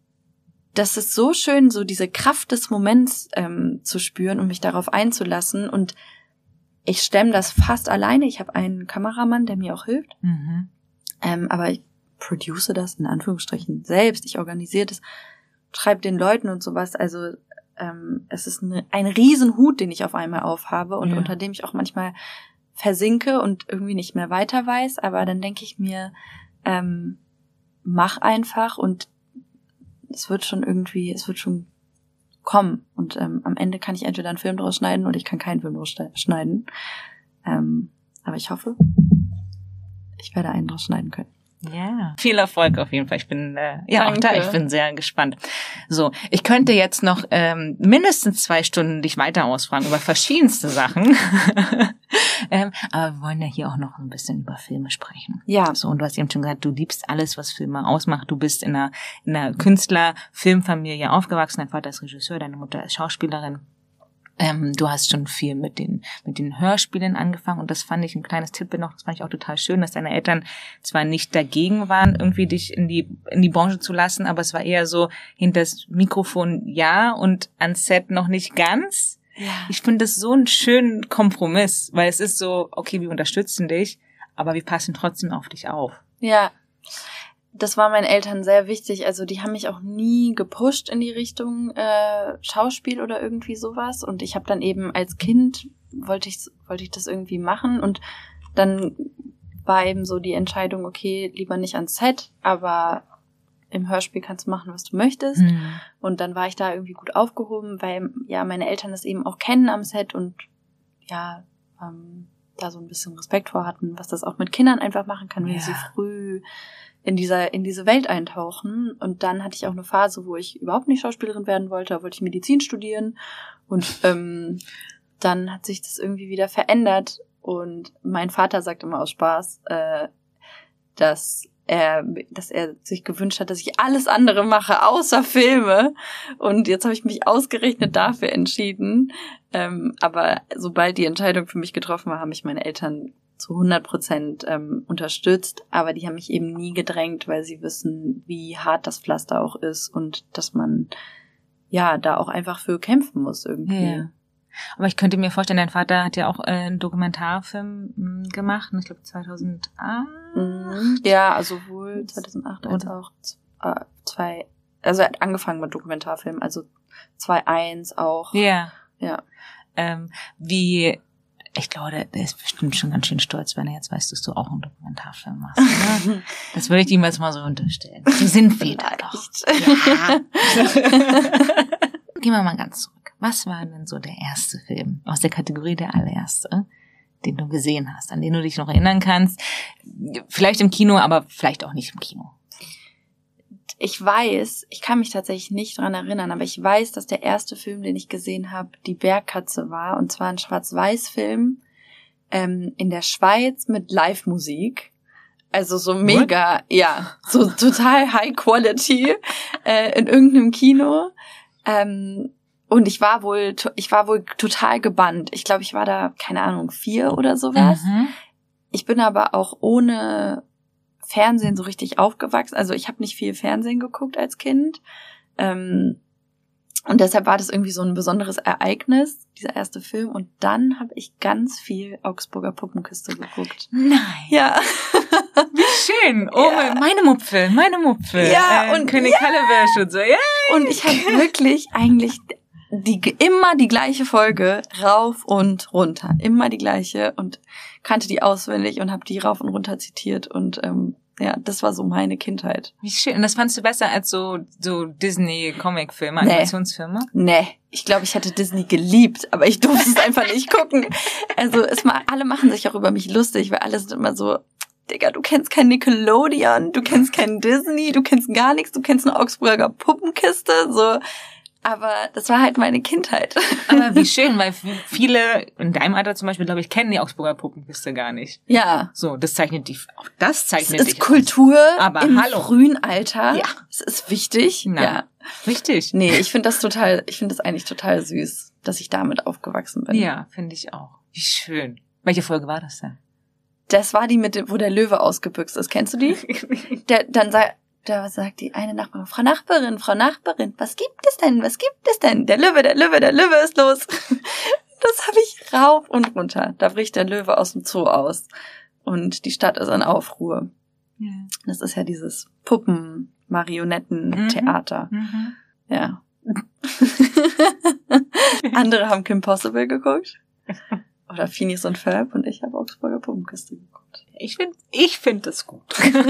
das ist so schön, so diese Kraft des Moments ähm, zu spüren und mich darauf einzulassen. Und ich stemme das fast alleine. Ich habe einen Kameramann, der mir auch hilft. Mhm. Ähm, aber ich produce das in Anführungsstrichen selbst. Ich organisiere das, schreibe den Leuten und sowas. Also ähm, es ist eine, ein Riesenhut, den ich auf einmal aufhabe und Ja. unter dem ich auch manchmal versinke und irgendwie nicht mehr weiter weiß. Aber dann denke ich mir, ähm, mach einfach und es wird schon irgendwie, es wird schon kommen. Und ähm, am Ende kann ich entweder einen Film draus schneiden oder ich kann keinen Film draus schneiden. Ähm, aber ich hoffe, ich werde einen draus schneiden können. Ja, viel Erfolg auf jeden Fall. Ich bin äh, ja Danke. auch da. Ich bin sehr gespannt. So, ich könnte jetzt noch ähm, mindestens zwei Stunden dich weiter ausfragen über verschiedenste Sachen. ähm, aber wir wollen ja hier auch noch ein bisschen über Filme sprechen. Ja. So, und du hast eben schon gesagt, du liebst alles, was Filme ausmacht. Du bist in einer in einer Künstler-Filmfamilie aufgewachsen. Dein Vater ist Regisseur, deine Mutter ist Schauspielerin. Ähm, du hast schon viel mit den mit den Hörspielen angefangen und das fand ich ein kleines Tipp noch, das fand ich auch total schön, dass deine Eltern zwar nicht dagegen waren, irgendwie dich in die in die Branche zu lassen, aber es war eher so hinter das Mikrofon ja und ans Set noch nicht ganz. Ja. Ich finde das so einen schönen Kompromiss, weil es ist so, okay, wir unterstützen dich, aber wir passen trotzdem auf dich auf. Ja. Das war meinen Eltern sehr wichtig. Also die haben mich auch nie gepusht in die Richtung äh, Schauspiel oder irgendwie sowas. Und ich habe dann eben als Kind wollte ich wollte ich das irgendwie machen. Und dann war eben so die Entscheidung, okay, lieber nicht ans Set, aber im Hörspiel kannst du machen, was du möchtest. Mhm. Und dann war ich da irgendwie gut aufgehoben, weil ja meine Eltern das eben auch kennen am Set und ja ähm, da so ein bisschen Respekt vor hatten, was das auch mit Kindern einfach machen kann, wenn Ja. sie früh in dieser in diese Welt eintauchen. Und dann hatte ich auch eine Phase, wo ich überhaupt nicht Schauspielerin werden wollte. Da wollte ich Medizin studieren. Und ähm, dann hat sich das irgendwie wieder verändert. Und mein Vater sagt immer aus Spaß, äh, dass er, dass er sich gewünscht hat, dass ich alles andere mache, außer Filme. Und jetzt habe ich mich ausgerechnet dafür entschieden. Ähm, aber sobald die Entscheidung für mich getroffen war, haben mich meine Eltern zu hundert Prozent ähm, unterstützt. Aber die haben mich eben nie gedrängt, weil sie wissen, wie hart das Pflaster auch ist und dass man ja da auch einfach für kämpfen muss irgendwie. Ja. Aber ich könnte mir vorstellen, dein Vater hat ja auch äh, einen Dokumentarfilm mh, gemacht, ich glaube zweitausendacht. Mhm. Ja, also sowohl zweitausendacht als auch äh, zwei, also er hat angefangen mit Dokumentarfilmen, also zweitausendeins auch. Ja. Ja. Ähm, wie, ich glaube, der, der ist bestimmt schon ganz schön stolz, wenn er jetzt weiß, dass du auch einen Dokumentarfilm machst. Oder? Das würde ich ihm jetzt mal so unterstellen. So sind wir da doch. Ja. Gehen wir mal ganz zurück. Was war denn so der erste Film aus der Kategorie der allererste, den du gesehen hast, an den du dich noch erinnern kannst? Vielleicht im Kino, aber vielleicht auch nicht im Kino. Ich weiß, ich kann mich tatsächlich nicht dran erinnern, aber ich weiß, dass der erste Film, den ich gesehen habe, die Bergkatze war, und zwar ein Schwarz-Weiß-Film ähm, in der Schweiz mit Live-Musik. Also so mega, What? Ja, so total High Quality äh, in irgendeinem Kino. Ähm, Und ich war wohl, ich war wohl total gebannt. Ich glaube, ich war da, keine Ahnung, vier oder sowas. Mhm. Ich bin aber auch ohne Fernsehen so richtig aufgewachsen. Also ich habe nicht viel Fernsehen geguckt als Kind. Ähm, und deshalb war das irgendwie so ein besonderes Ereignis, dieser erste Film. Und dann habe ich ganz viel Augsburger Puppenkiste geguckt. Nein. Ja. Wie schön. Oh, ja. meine Mupfel, meine Mupfel. Ja, äh, und König ja. Kallebersch und so. Ja. Und ich habe wirklich eigentlich die immer die gleiche Folge rauf und runter, immer die gleiche, und kannte die auswendig und habe die rauf und runter zitiert, und ähm, ja, das war so meine Kindheit. Wie schön. Und das fandst du besser als so so Disney-Comic-Filme, Animationsfilme? Nee, ich glaube, ich hätte Disney geliebt, aber ich durfte es einfach nicht gucken. Also es mal, alle machen sich auch über mich lustig, weil alle sind immer so, Digga, du kennst kein Nickelodeon, du kennst kein Disney, du kennst gar nichts, du kennst eine Augsburger Puppenkiste, so. Aber das war halt meine Kindheit. Aber wie schön, weil viele in deinem Alter zum Beispiel, glaube ich, kennen die Augsburger Puppenkiste gar nicht. Ja. So, das zeichnet die, auch das zeichnet dich. Es ist Kultur aber im hallo. frühen Alter. Ja. Es ist wichtig. Na, ja. Richtig. Nee, ich finde das total, ich finde das eigentlich total süß, dass ich damit aufgewachsen bin. Ja, finde ich auch. Wie schön. Welche Folge war das denn? Das war die mit dem, wo der Löwe ausgebüxt ist. Kennst du die? Der, dann sei, Da sagt die eine Nachbarin, Frau Nachbarin, Frau Nachbarin, was gibt es denn, was gibt es denn? Der Löwe, der Löwe, der Löwe ist los. Das habe ich rauf und runter. Da bricht der Löwe aus dem Zoo aus. Und die Stadt ist in Aufruhr. Ja. Das ist ja dieses Puppen-Marionetten-Theater. Mhm. Mhm. Ja. Andere haben Kim Possible geguckt. Oder Phineas und Ferb, und ich habe Augsburger Puppenkiste geguckt. Ich finde, ich finde das gut.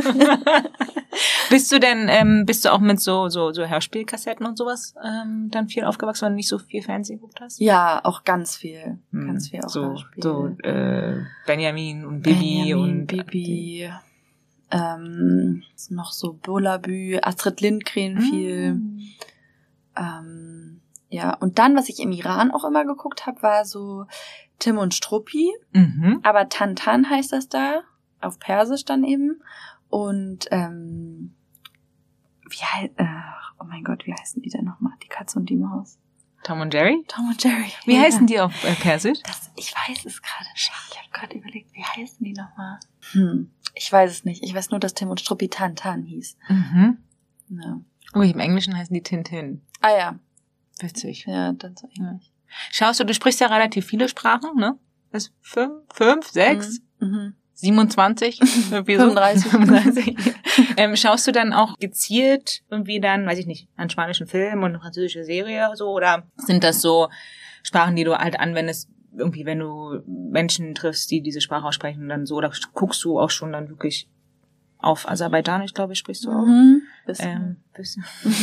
Bist du denn, ähm, bist du auch mit so so so Hörspielkassetten und sowas ähm, dann viel aufgewachsen, weil du nicht so viel Fernsehen geguckt hast? Ja, auch ganz viel, hm. ganz viel auch so, Hörspiel. So äh, Benjamin und Bibi Benjamin, und Bibi, ähm, noch so Bullabü, Astrid Lindgren viel. Mm. Ähm, ja, und dann, was ich im Iran auch immer geguckt habe, war so Tim und Struppi, mhm. aber Tantan heißt das da, auf Persisch dann eben. Und ähm, wie heißt, äh, oh mein Gott, wie heißen die denn nochmal? Die Katze und die Maus. Tom und Jerry? Tom und Jerry. Wie ja. heißen die auf äh, Persisch? Das, ich weiß es gerade. Ich habe gerade überlegt, wie heißen die nochmal? Hm, ich weiß es nicht. Ich weiß nur, dass Tim und Struppi Tantan hieß. Mhm. Ja. Oh, im Englischen heißen die Tintin. Ah ja. Witzig. Ja, dann so ähnlich. Schaust du, du sprichst ja relativ viele Sprachen, ne? Das ist fünf, fünf, sechs, mhm. siebenundzwanzig, irgendwie so. fünfunddreißig. fünfunddreißig. ähm, schaust du dann auch gezielt irgendwie dann, weiß ich nicht, einen spanischen Film und eine französische Serie so, oder sind das so Sprachen, die du halt anwendest, irgendwie, wenn du Menschen triffst, die diese Sprache aussprechen, dann so, oder guckst du auch schon dann wirklich auf Aserbaidschanisch, glaube ich, sprichst du auch? Mhm. Ähm, bisschen.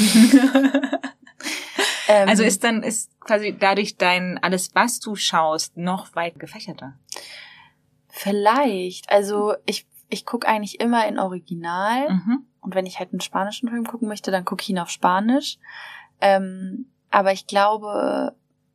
Ähm, also ist dann, ist quasi dadurch dein, alles, was du schaust, noch weit gefächerter? Vielleicht. Also ich ich gucke eigentlich immer in Original. Mhm. Und wenn ich halt einen spanischen Film gucken möchte, dann gucke ich ihn auf Spanisch. Ähm, aber ich glaube,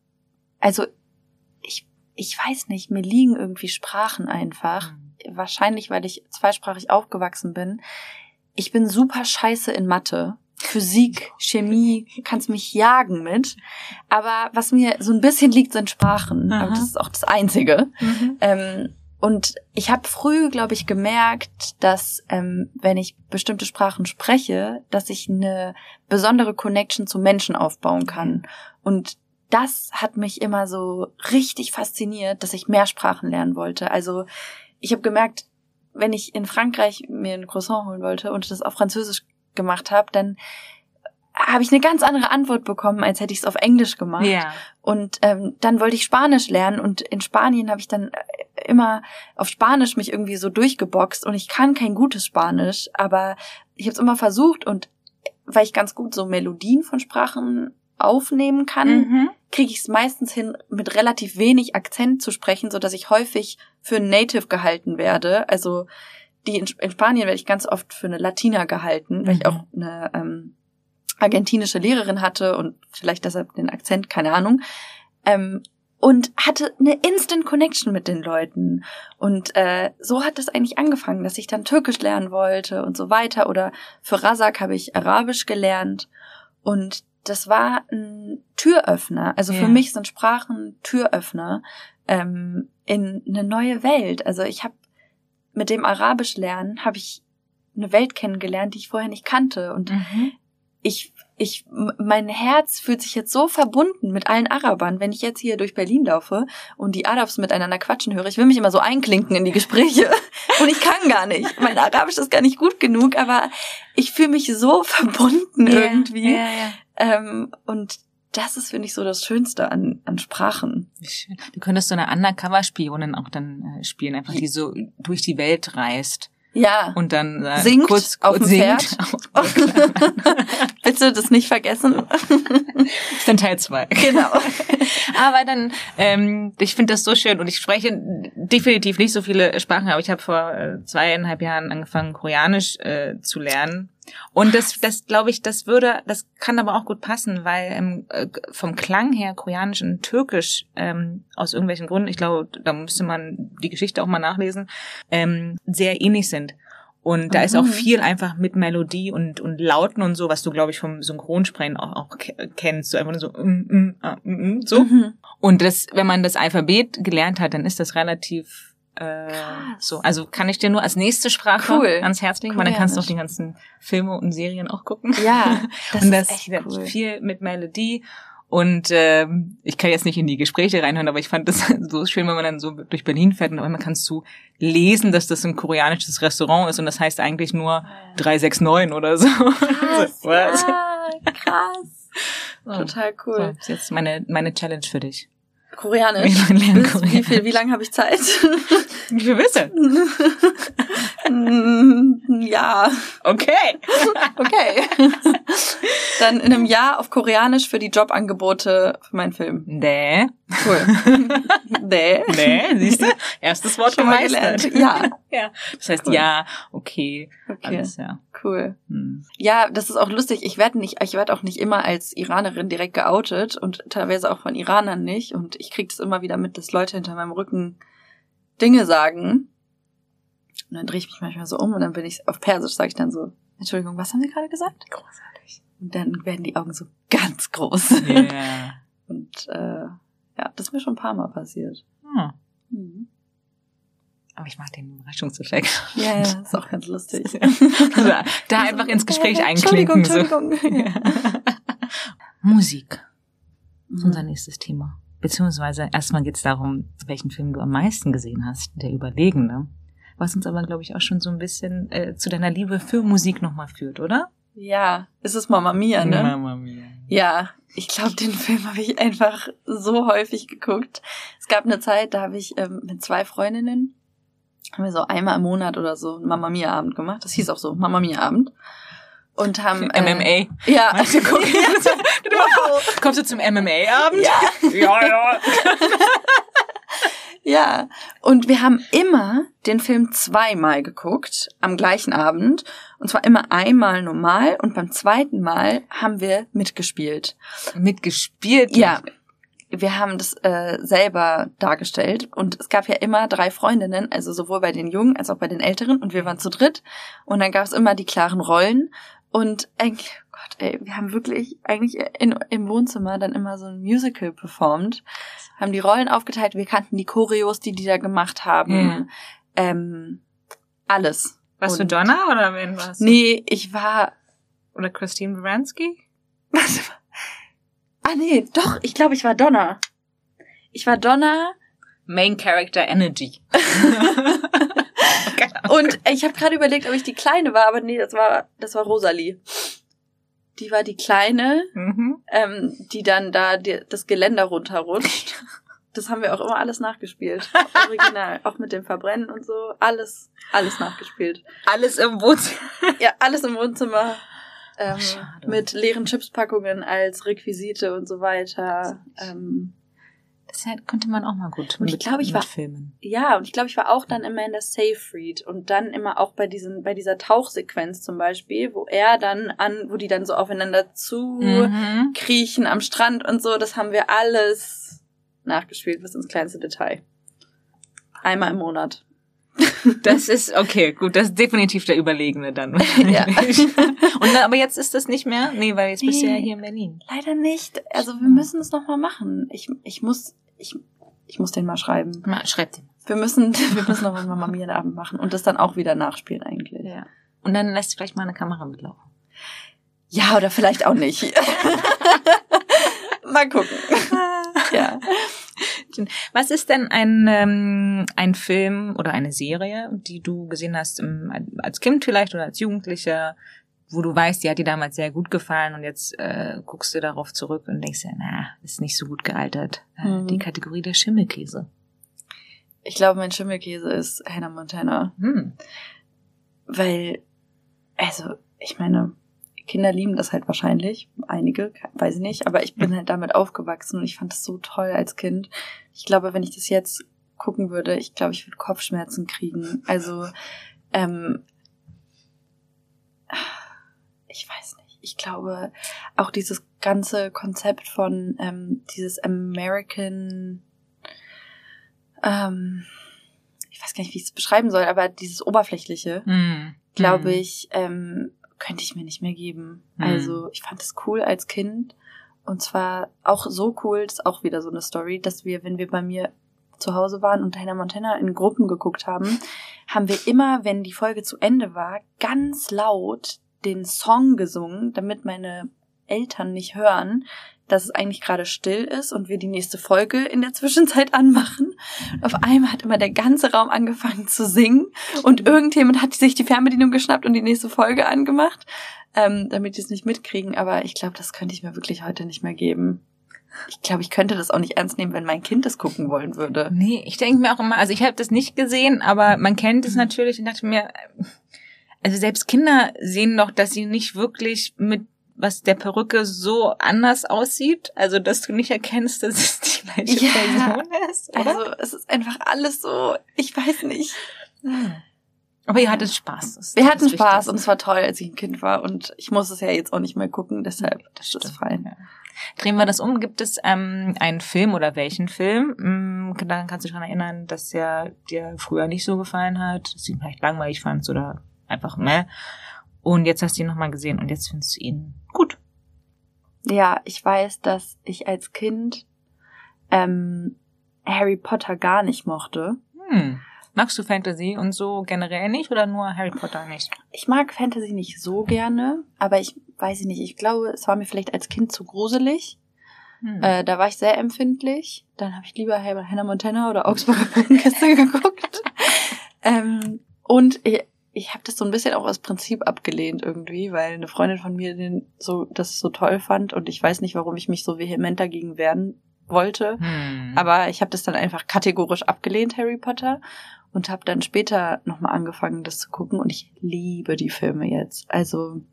also ich, ich weiß nicht, mir liegen irgendwie Sprachen einfach. Mhm. Wahrscheinlich, weil ich zweisprachig aufgewachsen bin. Ich bin super scheiße in Mathe. Physik, Chemie, kannst mich jagen mit. Aber was mir so ein bisschen liegt, sind Sprachen. Aha. Aber das ist auch das Einzige. Mhm. Ähm, und ich habe früh, glaube ich, gemerkt, dass ähm, wenn ich bestimmte Sprachen spreche, dass ich eine besondere Connection zu Menschen aufbauen kann. Und das hat mich immer so richtig fasziniert, dass ich mehr Sprachen lernen wollte. Also ich habe gemerkt, wenn ich in Frankreich mir ein Croissant holen wollte und das auf Französisch gemacht habe, dann habe ich eine ganz andere Antwort bekommen, als hätte ich es auf Englisch gemacht. Ja. Und ähm, dann wollte ich Spanisch lernen und in Spanien habe ich dann immer auf Spanisch mich irgendwie so durchgeboxt und ich kann kein gutes Spanisch, aber ich habe es immer versucht und weil ich ganz gut so Melodien von Sprachen aufnehmen kann, mhm. kriege ich es meistens hin, mit relativ wenig Akzent zu sprechen, so dass ich häufig für ein Native gehalten werde. Also die in, in Spanien werde ich ganz oft für eine Latina gehalten, weil mhm. ich auch eine ähm, argentinische Lehrerin hatte und vielleicht deshalb den Akzent, keine Ahnung. Ähm, und hatte eine Instant Connection mit den Leuten. Und äh, so hat das eigentlich angefangen, dass ich dann Türkisch lernen wollte und so weiter. Oder für Razak habe ich Arabisch gelernt. Und das war ein Türöffner. Also yeah. für mich sind Sprachen Türöffner ähm, in eine neue Welt. Also ich habe mit dem Arabisch lernen, habe ich eine Welt kennengelernt, die ich vorher nicht kannte. Und mhm. ich, ich, mein Herz fühlt sich jetzt so verbunden mit allen Arabern. Wenn ich jetzt hier durch Berlin laufe und die Arabs miteinander quatschen höre, ich will mich immer so einklinken in die Gespräche und ich kann gar nicht. Mein Arabisch ist gar nicht gut genug, aber ich fühle mich so verbunden yeah, irgendwie. Yeah, yeah. Ähm, und das ist, finde ich, so das Schönste an, an Sprachen. Schön. Du könntest so eine Undercover-Spionin auch dann äh, spielen, einfach die so durch die Welt reist. Ja. Und dann äh, singt kurz, auf kurz dem singt. Pferd. Bitte das nicht vergessen. Das ist dann Teil zwei. Genau. Aber dann, ähm, ich finde das so schön und ich spreche definitiv nicht so viele Sprachen, aber ich habe vor äh, zweieinhalb Jahren angefangen, Koreanisch äh, zu lernen. Und das, das glaube ich, das würde, das kann aber auch gut passen, weil ähm, vom Klang her Koreanisch und Türkisch ähm, aus irgendwelchen Gründen, ich glaube, da müsste man die Geschichte auch mal nachlesen, ähm, sehr ähnlich sind. Und da mhm. ist auch viel einfach mit Melodie und und Lauten und so, was du, glaube ich, vom Synchronsprechen auch, auch kennst, so einfach nur so mm, mm, ah, mm, mm, so. Mhm. Und das, wenn man das Alphabet gelernt hat, dann ist das relativ Äh, so, also kann ich dir nur als nächste Sprache cool. ans Herz legen, weil dann kannst du auch die ganzen Filme und Serien auch gucken. Ja, das und das ist echt cool. Viel mit Melodie und äh, ich kann jetzt nicht in die Gespräche reinhören, aber ich fand das so schön, wenn man dann so durch Berlin fährt und auf einmal kannst du lesen, dass das ein koreanisches Restaurant ist und das heißt eigentlich nur drei sechs neun oder so. Krass, so, was? ja, krass. So, total cool. So, das ist jetzt meine meine Challenge für dich. Koreanisch. Wie, Bis, wie viel, wie lange habe ich Zeit? Wie viel bist du? Ja. Okay. Okay. Dann in einem Jahr auf Koreanisch für die Jobangebote für meinen Film. Nee. Cool. Nee. Nee, siehst du? Erstes Wort schon mal gelernt. Ja. Ja. Das heißt cool. ja, okay. Okay. Alles, ja. Cool. Hm. Ja, das ist auch lustig. Ich werde nicht, ich werde auch nicht immer als Iranerin direkt geoutet und teilweise auch von Iranern nicht. Und ich kriege das immer wieder mit, dass Leute hinter meinem Rücken Dinge sagen. Und dann drehe ich mich manchmal so um und dann bin ich auf Persisch, sage ich dann so, Entschuldigung, was haben Sie gerade gesagt? Großartig. Und dann werden die Augen so ganz groß. Yeah. Und äh, ja, das ist mir schon ein paar Mal passiert. Hm. Mhm. Aber ich mag den Überraschungseffekt. Ja, ja, ist auch ganz lustig. Also, da einfach ins Gespräch ja, einklinken. Entschuldigung, Entschuldigung. So. Musik ist unser nächstes Thema. Beziehungsweise erstmal geht es darum, welchen Film du am meisten gesehen hast, der Überlegene. Was uns aber, glaube ich, auch schon so ein bisschen äh, zu deiner Liebe für Musik nochmal führt, oder? Ja, es ist Mamma Mia, ne? Mamma Mia. Ja, ich glaube, den Film habe ich einfach so häufig geguckt. Es gab eine Zeit, da habe ich ähm, mit zwei Freundinnen, haben wir so einmal im Monat oder so einen Mamma Mia Abend gemacht. Das hieß auch so, Mamma Mia Abend. Und haben äh, M M A. Ja. Weißt du, guck, wow. Kommst du zum M M A Abend? Ja. Ja, ja. Ja, und wir haben immer den Film zweimal geguckt, am gleichen Abend. Und zwar immer einmal normal und beim zweiten Mal haben wir mitgespielt. Mitgespielt? Ja, wir haben das äh, selber dargestellt. Und es gab ja immer drei Freundinnen, also sowohl bei den Jungen als auch bei den Älteren. Und wir waren zu dritt. Und dann gab es immer die klaren Rollen. Und eigentlich, oh Gott, ey, wir haben wirklich eigentlich in, im Wohnzimmer dann immer so ein Musical performt, haben die Rollen aufgeteilt, wir kannten die Choreos, die die da gemacht haben, ja. ähm, alles. Warst Und du Donna oder wen warst du? Nee, ich war... Oder Christine Baranski? Was? Ah nee, doch, ich glaube, ich war Donna. Ich war Donna. Main Character Energy. Und ich habe gerade überlegt, ob ich die Kleine war, aber nee, das war das war Rosalie. Die war die Kleine, mhm. ähm, die dann da die, das Geländer runterrutscht. Das haben wir auch immer alles nachgespielt. Original. Auch mit dem Verbrennen und so. Alles, alles nachgespielt. Alles im Wohnzimmer. Ja, alles im Wohnzimmer. Ähm, mit leeren Chipspackungen als Requisite und so weiter. Ähm, Das könnte man auch mal gut und ich mit, glaube, ich war filmen. Ja, und ich glaube, ich war auch dann immer in der Seyfried und dann immer auch bei diesen bei dieser Tauchsequenz zum Beispiel, wo er dann an, wo die dann so aufeinander zu mhm. kriechen am Strand und so. Das haben wir alles nachgespielt bis ins kleinste Detail. Einmal im Monat. Das ist, okay, gut, das ist definitiv der Überlegene dann. Ja. Und aber jetzt ist das nicht mehr? Nee, weil jetzt bist nee, du ja hier in Berlin. Leider nicht. Also wir müssen es nochmal machen. Ich, ich muss, ich, ich muss den mal schreiben. Mal, schreib den. Wir müssen, wir müssen nochmal einen Mamamia-Abend machen und das dann auch wieder nachspielen eigentlich. Ja. Und dann lässt du vielleicht mal eine Kamera mitlaufen. Ja, oder vielleicht auch nicht. Mal gucken. Ja. Was ist denn ein ähm, ein Film oder eine Serie, die du gesehen hast im, als Kind vielleicht oder als Jugendlicher, wo du weißt, die hat dir damals sehr gut gefallen und jetzt äh, guckst du darauf zurück und denkst ja, na, ist nicht so gut gealtert. Äh, mhm. Die Kategorie der Schimmelkäse. Ich glaube, mein Schimmelkäse ist Hannah Montana. Mhm. Weil, also, ich meine, Kinder lieben das halt wahrscheinlich, einige, weiß ich nicht, aber ich bin halt damit aufgewachsen und ich fand das so toll als Kind. Ich glaube, wenn ich das jetzt gucken würde, ich glaube, ich würde Kopfschmerzen kriegen. Also, ähm, ich weiß nicht. Ich glaube, auch dieses ganze Konzept von ähm, dieses American, ähm, ich weiß gar nicht, wie ich es beschreiben soll, aber dieses Oberflächliche, mm. glaube mm. ich, ähm, könnte ich mir nicht mehr geben. Mm. Also ich fand es cool als Kind und zwar auch so cool, das ist auch wieder so eine Story, dass wir, wenn wir bei mir zu Hause waren und Hannah Montana in Gruppen geguckt haben, haben wir immer, wenn die Folge zu Ende war, ganz laut den Song gesungen, damit meine Eltern nicht hören, dass es eigentlich gerade still ist und wir die nächste Folge in der Zwischenzeit anmachen. Und auf einmal hat immer der ganze Raum angefangen zu singen und irgendjemand hat sich die Fernbedienung geschnappt und die nächste Folge angemacht, ähm, damit die es nicht mitkriegen. Aber ich glaube, das könnte ich mir wirklich heute nicht mehr geben. Ich glaube, ich könnte das auch nicht ernst nehmen, wenn mein Kind das gucken wollen würde. Nee, ich denke mir auch immer, also ich habe das nicht gesehen, aber man kennt es natürlich und dachte mir, also selbst Kinder sehen doch, dass sie nicht wirklich mit was der Perücke so anders aussieht, also dass du nicht erkennst, dass es die gleiche ja, Person ist, oder? Also es ist einfach alles so, ich weiß nicht. Hm. Aber ihr hattet Spaß. Das Wir hatten Spaß und es war toll, als ich ein Kind war und ich muss es ja jetzt auch nicht mehr gucken, deshalb das ist es fein. Ja. Drehen wir das um, gibt es ähm, einen Film oder welchen Film? Ähm, dann kannst du dich daran erinnern, dass der dir früher nicht so gefallen hat, dass du ihn vielleicht langweilig fandst oder einfach meh. Und jetzt hast du ihn nochmal gesehen und jetzt findest du ihn gut. Ja, ich weiß, dass ich als Kind ähm, Harry Potter gar nicht mochte. Hm. Magst du Fantasy und so generell nicht oder nur Harry Potter nicht? Ich mag Fantasy nicht so gerne, aber ich weiß nicht, ich glaube, es war mir vielleicht als Kind zu gruselig. Hm. Äh, da war ich sehr empfindlich. Dann habe ich lieber Hannah Montana oder Augsburger Puppenkiste geguckt. ähm, und ich, ich habe das so ein bisschen auch aus Prinzip abgelehnt irgendwie, weil eine Freundin von mir den so das so toll fand und ich weiß nicht, warum ich mich so vehement dagegen wehren wollte. Hm. Aber ich habe das dann einfach kategorisch abgelehnt, Harry Potter, und habe dann später nochmal angefangen, das zu gucken und ich liebe die Filme jetzt. Also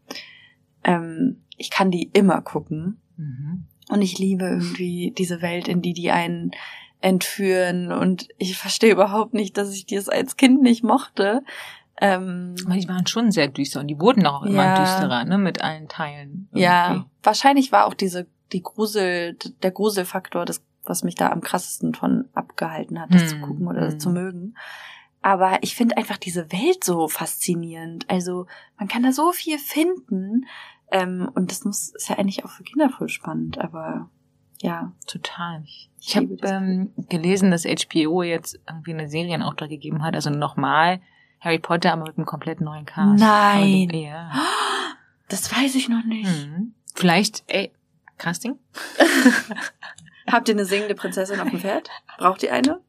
ähm, ich kann die immer gucken. Mhm. Und ich liebe irgendwie diese Welt, in die die einen entführen und ich verstehe überhaupt nicht, dass ich das als Kind nicht mochte. Ähm, Aber die waren schon sehr düster und die wurden auch immer ja. düsterer, ne, mit allen Teilen. Irgendwie. Ja, wahrscheinlich war auch diese die Grusel, der Gruselfaktor, das, was mich da am krassesten von abgehalten hat, das hm. zu gucken oder das hm. zu mögen. Aber ich finde einfach diese Welt so faszinierend. Also man kann da so viel finden ähm, und das muss ist ja eigentlich auch für Kinder voll spannend. Aber ja, total. Ich, ich habe ähm, gelesen, dass H B O jetzt irgendwie eine Serienauftrag gegeben hat, also nochmal Harry Potter, aber mit einem komplett neuen Cast. Nein. Die, ja. Das weiß ich noch nicht. Hm. Vielleicht, ey, Casting? Habt ihr eine singende Prinzessin auf dem Pferd? Braucht ihr eine?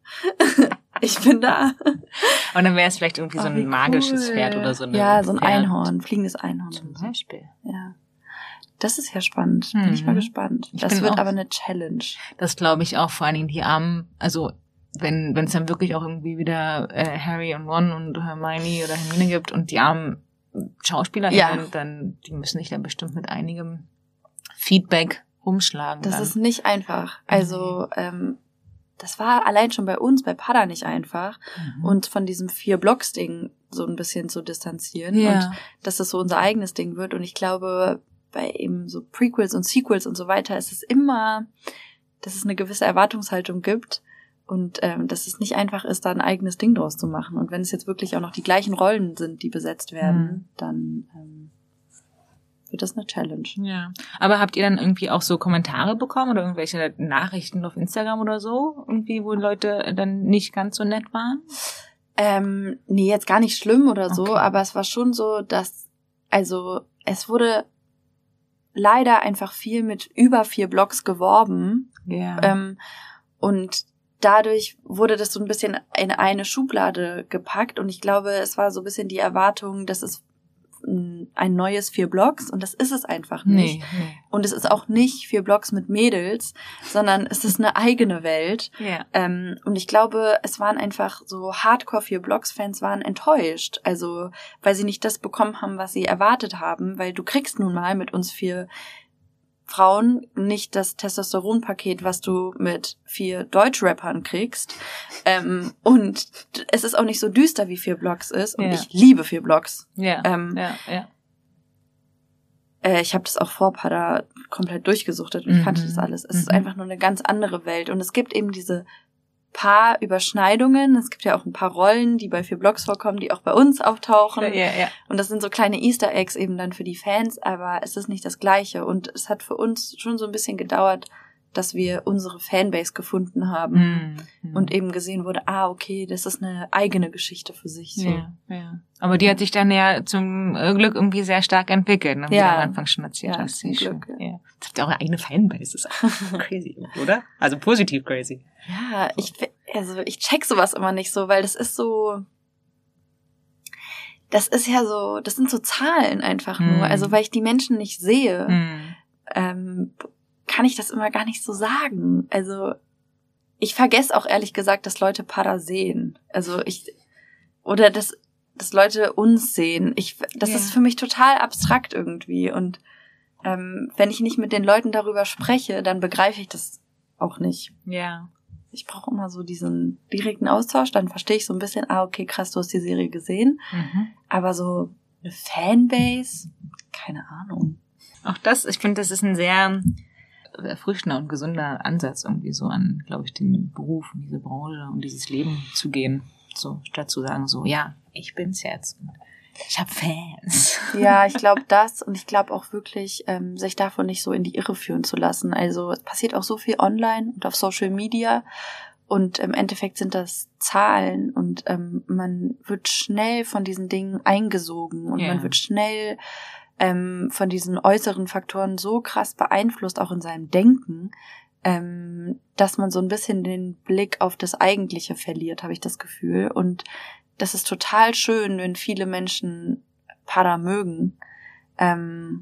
Ich bin da. Und dann wäre es vielleicht irgendwie oh, so ein magisches cool. Pferd oder so. Eine ja, so ein Pferd. Einhorn, fliegendes Einhorn. Zum Beispiel. Ja. Das ist ja spannend. Bin mhm. ich mal gespannt. Ich das wird auch, aber eine Challenge. Das glaube ich auch, vor allen Dingen die Armen, also wenn wenn es dann wirklich auch irgendwie wieder äh, Harry und Ron und Hermione oder Hermine gibt und die armen Schauspieler ja. dann, dann, die müssen sich dann bestimmt mit einigem Feedback rumschlagen. Das dann. ist nicht einfach. Also, ähm, das war allein schon bei uns, bei Pada nicht einfach. Mhm. Und von diesem Vier-Blocks-Ding so ein bisschen zu distanzieren. Ja. Und dass das so unser eigenes Ding wird. Und ich glaube, bei eben so Prequels und Sequels und so weiter ist es immer, dass es eine gewisse Erwartungshaltung gibt. Und ähm, dass es nicht einfach ist, da ein eigenes Ding draus zu machen. Und wenn es jetzt wirklich auch noch die gleichen Rollen sind, die besetzt werden, mhm. dann ähm, wird das eine Challenge. Ja. Aber habt ihr dann irgendwie auch so Kommentare bekommen oder irgendwelche Nachrichten auf Instagram oder so? Irgendwie, wo Leute dann nicht ganz so nett waren? Ähm, nee, jetzt gar nicht schlimm oder so, okay. aber es war schon so, dass, also es wurde leider einfach viel mit über vier Blocks geworben. Ja. Ähm, und dadurch wurde das so ein bisschen in eine Schublade gepackt und ich glaube, es war so ein bisschen die Erwartung, dass es ein neues vier Blocks und das ist es einfach nicht. Nee, nee. Und es ist auch nicht vier Blocks mit Mädels, sondern es ist eine eigene Welt. Ja. Ähm, und ich glaube, es waren einfach so Hardcore vier Blocks-Fans waren enttäuscht. Also, weil sie nicht das bekommen haben, was sie erwartet haben, weil du kriegst nun mal mit uns vier Frauen nicht das Testosteronpaket, was du mit vier Deutschrappern kriegst. Ähm, und es ist auch nicht so düster, wie vier Blocks ist. Und ja. ich liebe vier Blocks. Ja, ähm, ja, ja. Äh, ich habe das auch vor Pada komplett durchgesuchtet und mhm. ich kannte das alles. Es mhm. ist einfach nur eine ganz andere Welt. Und es gibt eben diese paar Überschneidungen. Es gibt ja auch ein paar Rollen, die bei vier Blocks vorkommen, die auch bei uns auftauchen. Ja, ja, ja. Und das sind so kleine Easter Eggs eben dann für die Fans, aber es ist nicht das Gleiche. Und es hat für uns schon so ein bisschen gedauert, dass wir unsere Fanbase gefunden haben mhm. und eben gesehen wurde, ah, okay, das ist eine eigene Geschichte für sich. So. Ja, ja. Aber die hat sich dann ja zum Glück irgendwie sehr stark entwickelt, ne? Wie ja. du am Anfang schon erzählt ja, hast. Zum Glück, ja. Ja. Das habt ihr auch eine eigene Fanbase, das ist auch crazy, oder? Also positiv crazy. Ja, ich, also ich check sowas immer nicht so, weil das ist so, das ist ja so, das sind so Zahlen einfach nur. Mm. Also weil ich die Menschen nicht sehe, mm. ähm, kann ich das immer gar nicht so sagen. Also ich vergesse auch ehrlich gesagt, dass Leute Pada sehen. Also ich, oder dass, dass Leute uns sehen. Ich, das ja. ist für mich total abstrakt irgendwie. Und ähm, wenn ich nicht mit den Leuten darüber spreche, dann begreife ich das auch nicht. Ja. Ich brauche immer so diesen direkten Austausch, dann verstehe ich so ein bisschen, ah, okay, krass, du hast die Serie gesehen. Mhm. Aber so eine Fanbase, keine Ahnung. Auch das, ich finde, das ist ein sehr erfrischender und gesunder Ansatz irgendwie so an, glaube ich, den Beruf und diese Branche und dieses Leben zu gehen. So, statt zu sagen so, ja, ich bin's jetzt. Ich habe Fans. Ja, ich glaube das und ich glaube auch wirklich, ähm, sich davon nicht so in die Irre führen zu lassen. Also es passiert auch so viel online und auf Social Media und im Endeffekt sind das Zahlen und ähm, man wird schnell von diesen Dingen eingesogen und yeah. man wird schnell ähm, von diesen äußeren Faktoren so krass beeinflusst, auch in seinem Denken, ähm, dass man so ein bisschen den Blick auf das Eigentliche verliert, habe ich das Gefühl. Und das ist total schön, wenn viele Menschen Pada mögen. Ähm,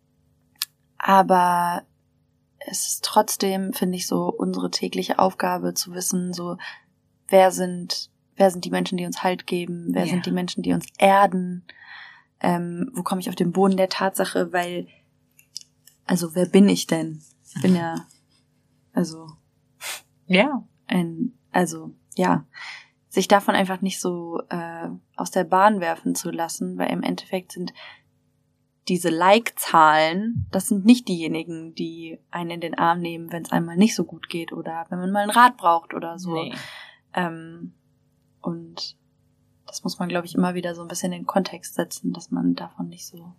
aber es ist trotzdem, finde ich, so unsere tägliche Aufgabe zu wissen, so wer sind, wer sind die Menschen, die uns Halt geben, wer yeah. sind die Menschen, die uns erden, ähm, wo komme ich auf den Boden der Tatsache, weil, also wer bin ich denn? Ich bin ja, also ja. ein, also ja, sich davon einfach nicht so äh, aus der Bahn werfen zu lassen, weil im Endeffekt sind diese Like-Zahlen, das sind nicht diejenigen, die einen in den Arm nehmen, wenn es einmal nicht so gut geht oder wenn man mal einen Rat braucht oder so. Nee. Ähm, und das muss man, glaube ich, immer wieder so ein bisschen in den Kontext setzen, dass man davon nicht so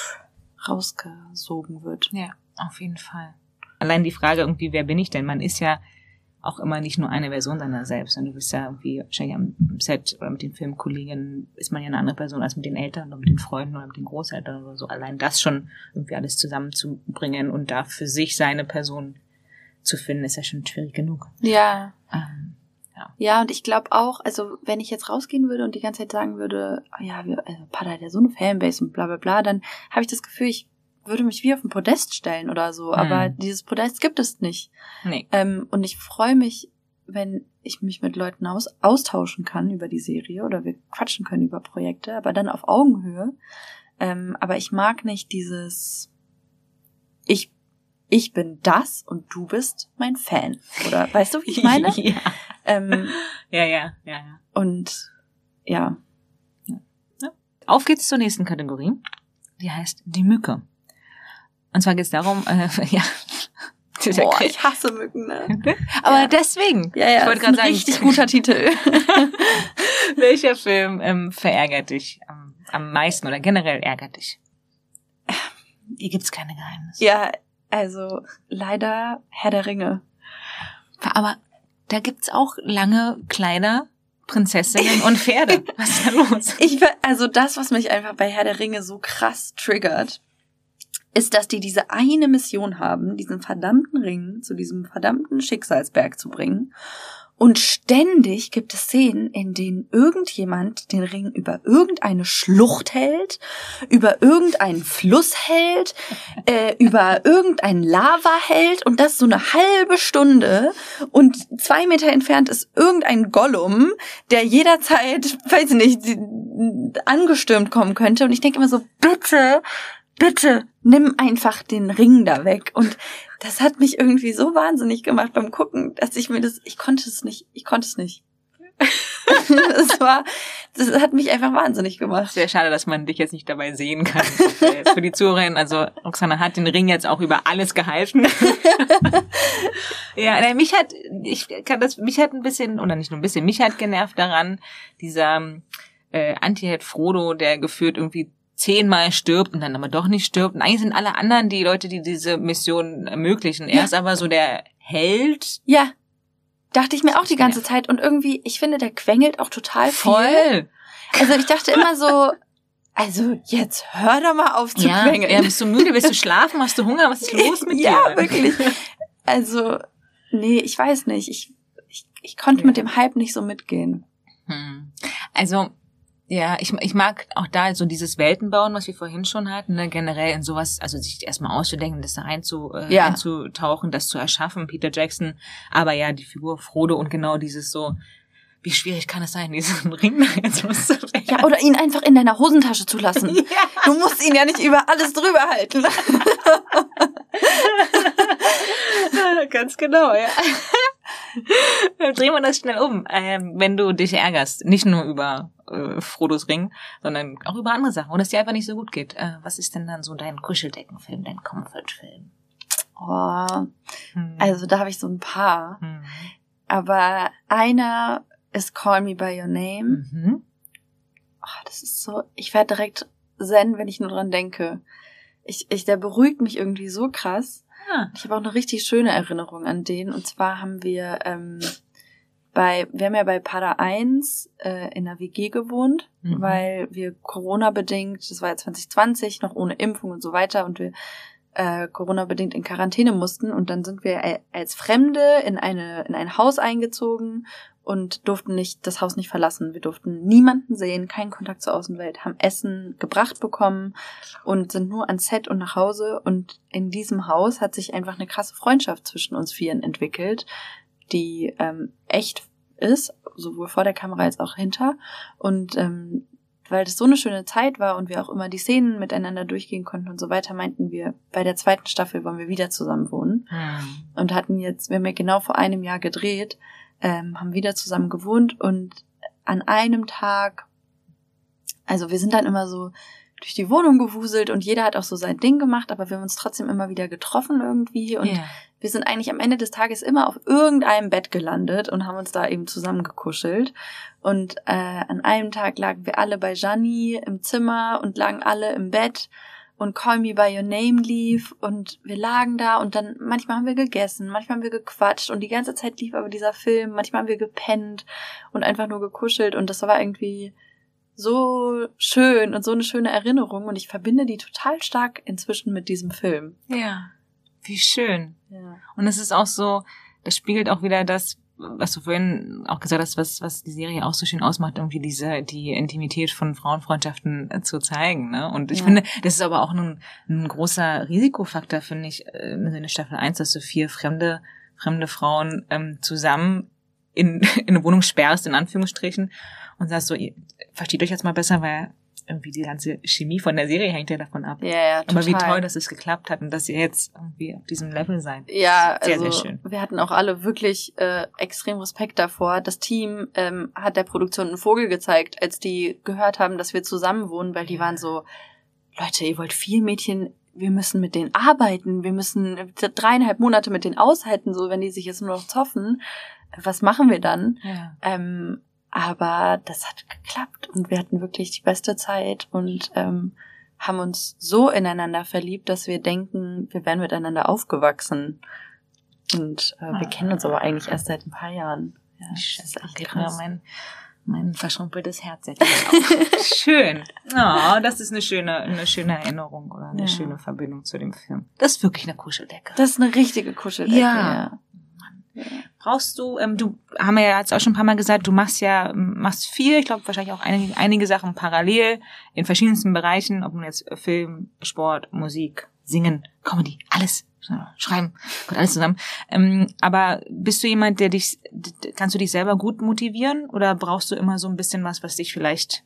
rausgesogen wird. Ja, auf jeden Fall. Allein die Frage irgendwie, wer bin ich denn? Man ist ja auch immer nicht nur eine Version seiner selbst. Und du bist ja irgendwie wahrscheinlich am Set oder mit den Filmkolleginnen ist man ja eine andere Person als mit den Eltern oder mit den Freunden oder mit den Großeltern oder so. Allein das schon irgendwie alles zusammenzubringen und da für sich seine Person zu finden, ist ja schon schwierig genug. Ja. Ähm, ja. Ja, und ich glaube auch, also wenn ich jetzt rausgehen würde und die ganze Zeit sagen würde, oh ja, wir, also Pada hat ja so eine Fanbase und bla bla bla, dann habe ich das Gefühl, ich würde mich wie auf ein Podest stellen oder so, aber hm. dieses Podest gibt es nicht. Nee. Ähm, und ich freue mich, wenn ich mich mit Leuten aus, austauschen kann über die Serie oder wir quatschen können über Projekte, aber dann auf Augenhöhe. Ähm, aber ich mag nicht dieses, ich, ich bin das und du bist mein Fan. Oder weißt du, wie ich meine? ja. Ähm, ja, ja, ja, ja. und ja. ja. Auf geht's zur nächsten Kategorie. Die heißt die Mücke. Und zwar geht es darum, äh, ja. Boah, ich hasse Mücken, ne? Aber ja. deswegen. Ja, ja, ich wollte gerade sagen, richtig guter Titel. Welcher Film ähm, verärgert dich am, am meisten oder generell ärgert dich? Hier gibt's keine Geheimnisse. Ja, also leider Herr der Ringe. Aber da gibt's auch lange Kleider, Prinzessinnen und Pferde. Was ist da los? Ich, also das, was mich einfach bei Herr der Ringe so krass triggert, ist, dass die diese eine Mission haben, diesen verdammten Ring zu diesem verdammten Schicksalsberg zu bringen. Und ständig gibt es Szenen, in denen irgendjemand den Ring über irgendeine Schlucht hält, über irgendeinen Fluss hält, äh, über irgendein Lava hält und das so eine halbe Stunde und zwei Meter entfernt ist irgendein Gollum, der jederzeit, weiß ich nicht, angestürmt kommen könnte. Und ich denke immer so, bitte, bitte, nimm einfach den Ring da weg. Und das hat mich irgendwie so wahnsinnig gemacht beim Gucken, dass ich mir das, ich konnte es nicht, ich konnte es nicht. Das war, das hat mich einfach wahnsinnig gemacht. Sehr schade, dass man dich jetzt nicht dabei sehen kann. Für die Zuhörerinnen, also Roxana hat den Ring jetzt auch über alles gehalten. Ja, mich hat, ich kann das, mich hat ein bisschen, oder nicht nur ein bisschen, mich hat genervt daran, dieser äh, Anti-Held Frodo, der geführt irgendwie zehnmal stirbt und dann aber doch nicht stirbt. Und eigentlich sind alle anderen die Leute, die diese Mission ermöglichen. Er ja. ist aber so der Held. Ja, dachte ich mir auch die ganze Zeit. Und irgendwie, ich finde, der quengelt auch total viel. Voll. Also ich dachte immer so, also jetzt hör doch mal auf zu ja, quengeln. Ja, bist du müde, willst du schlafen, hast du Hunger, was ist los mit ja, dir? Ja, wirklich. Also, nee, ich weiß nicht. Ich, ich, ich konnte ja. mit dem Hype nicht so mitgehen. Hm. Also, ja, ich, ich mag auch da so dieses Weltenbauen, was wir vorhin schon hatten, ne? Generell in sowas, also sich erstmal auszudenken, das da einzu, äh, ja. einzutauchen, das zu erschaffen, Peter Jackson, aber ja, die Figur Frodo und genau dieses so, wie schwierig kann es sein, diesen Ring jetzt loszuwerden? Ja, oder ihn einfach in deiner Hosentasche zu lassen. Ja. Du musst ihn ja nicht über alles drüber halten. Ganz genau, ja. Drehen wir das schnell um. Ähm, wenn du dich ärgerst, nicht nur über äh, Frodos Ring, sondern auch über andere Sachen, wo es dir einfach nicht so gut geht. Äh, was ist denn dann so dein Kuscheldeckenfilm, dein Comfort-Film? Oh, hm. Also da habe ich so ein paar. Hm. Aber einer ist Call Me By Your Name. Mhm. Oh, das ist so, ich werde direkt zen, wenn ich nur dran denke. Ich, ich, der beruhigt mich irgendwie so krass. Ja. Ich habe auch eine richtig schöne Erinnerung an den. Und zwar haben wir ähm, bei, wir haben ja bei Pada eins äh, in einer W G gewohnt, mhm. weil wir Corona-bedingt, das war ja zwanzig zwanzig, noch ohne Impfung und so weiter, und wir äh, Corona-bedingt in Quarantäne mussten. Und dann sind wir als Fremde in eine in ein Haus eingezogen und durften nicht das Haus nicht verlassen. Wir durften niemanden sehen, keinen Kontakt zur Außenwelt, haben Essen gebracht bekommen und sind nur ans Set und nach Hause. Und in diesem Haus hat sich einfach eine krasse Freundschaft zwischen uns Vieren entwickelt, die ähm, echt ist, sowohl vor der Kamera als auch hinter. Und ähm, weil das so eine schöne Zeit war und wir auch immer die Szenen miteinander durchgehen konnten und so weiter, meinten wir, bei der zweiten Staffel wollen wir wieder zusammen wohnen. Hm. Und hatten jetzt, wir haben ja genau vor einem Jahr gedreht, ähm, haben wieder zusammen gewohnt und an einem Tag, also wir sind dann immer so durch die Wohnung gewuselt und jeder hat auch so sein Ding gemacht, aber wir haben uns trotzdem immer wieder getroffen irgendwie und yeah. wir sind eigentlich am Ende des Tages immer auf irgendeinem Bett gelandet und haben uns da eben zusammengekuschelt und äh, an einem Tag lagen wir alle bei Gianni im Zimmer und lagen alle im Bett und Call Me By Your Name lief und wir lagen da und dann manchmal haben wir gegessen, manchmal haben wir gequatscht und die ganze Zeit lief aber dieser Film, manchmal haben wir gepennt und einfach nur gekuschelt und das war irgendwie so schön und so eine schöne Erinnerung und ich verbinde die total stark inzwischen mit diesem Film. Ja, wie schön. Ja. Und es ist auch so, das spiegelt auch wieder das, was du vorhin auch gesagt hast, was was die Serie auch so schön ausmacht, irgendwie diese die Intimität von Frauenfreundschaften äh, zu zeigen. Ne? Und ich ja. finde, das ist aber auch ein, ein großer Risikofaktor, finde ich, in der Staffel eins, dass du vier fremde fremde Frauen ähm, zusammen in, in eine Wohnung sperrst, in Anführungsstrichen, und sagst so, ihr versteht euch jetzt mal besser, weil irgendwie die ganze Chemie von der Serie hängt ja davon ab. Ja, ja, total. Aber wie toll, dass es geklappt hat und dass ihr jetzt irgendwie auf diesem Level seid. Ja, sehr, also sehr schön. Wir hatten auch alle wirklich äh, extrem Respekt davor. Das Team ähm, hat der Produktion einen Vogel gezeigt, als die gehört haben, dass wir zusammen wohnen, weil die waren so, Leute, ihr wollt vier Mädchen, wir müssen mit denen arbeiten, wir müssen dreieinhalb Monate mit denen aushalten, so wenn die sich jetzt nur noch zoffen. Was machen wir dann? Ja. Ähm, aber das hat geklappt und wir hatten wirklich die beste Zeit und ähm, haben uns so ineinander verliebt, dass wir denken, wir wären miteinander aufgewachsen. Und äh, wir ah. kennen uns aber eigentlich erst seit ein paar Jahren. Ja, das ist echt krass. Mein, mein verschrumpeltes Herz jetzt auch. Schön. Oh, das ist eine schöne, eine schöne Erinnerung oder eine ja. schöne Verbindung zu dem Film. Das ist wirklich eine Kuscheldecke. Das ist eine richtige Kuscheldecke, ja. ja. Ja. Brauchst du, ähm, du haben wir ja jetzt auch schon ein paar Mal gesagt, du machst ja, machst viel, ich glaube wahrscheinlich auch einige, einige Sachen parallel in verschiedensten Bereichen, ob nun jetzt Film, Sport, Musik, Singen, Comedy, alles, schreiben, kommt alles zusammen. Ähm, aber bist du jemand, der dich, kannst du dich selber gut motivieren oder brauchst du immer so ein bisschen was, was dich vielleicht,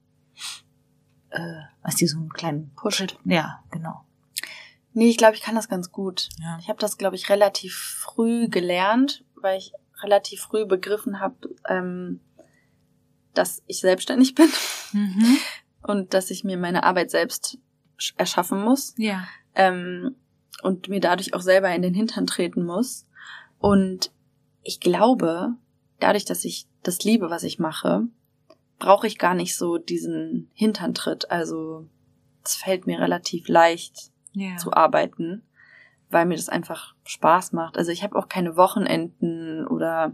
äh, was dir so einen kleinen pusht? Ja, genau. Nee, ich glaube, ich kann das ganz gut. Ja. Ich habe das, glaube ich, relativ früh gelernt, weil ich relativ früh begriffen habe, ähm, dass ich selbstständig bin mhm. und dass ich mir meine Arbeit selbst erschaffen muss. Ja. Ähm, und mir dadurch auch selber in den Hintern treten muss. Und ich glaube, dadurch, dass ich das liebe, was ich mache, brauche ich gar nicht so diesen Hinterntritt. Also es fällt mir relativ leicht, Yeah. zu arbeiten, weil mir das einfach Spaß macht. Also ich habe auch keine Wochenenden oder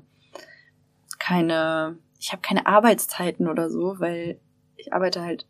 keine, ich habe keine Arbeitszeiten oder so, weil ich arbeite halt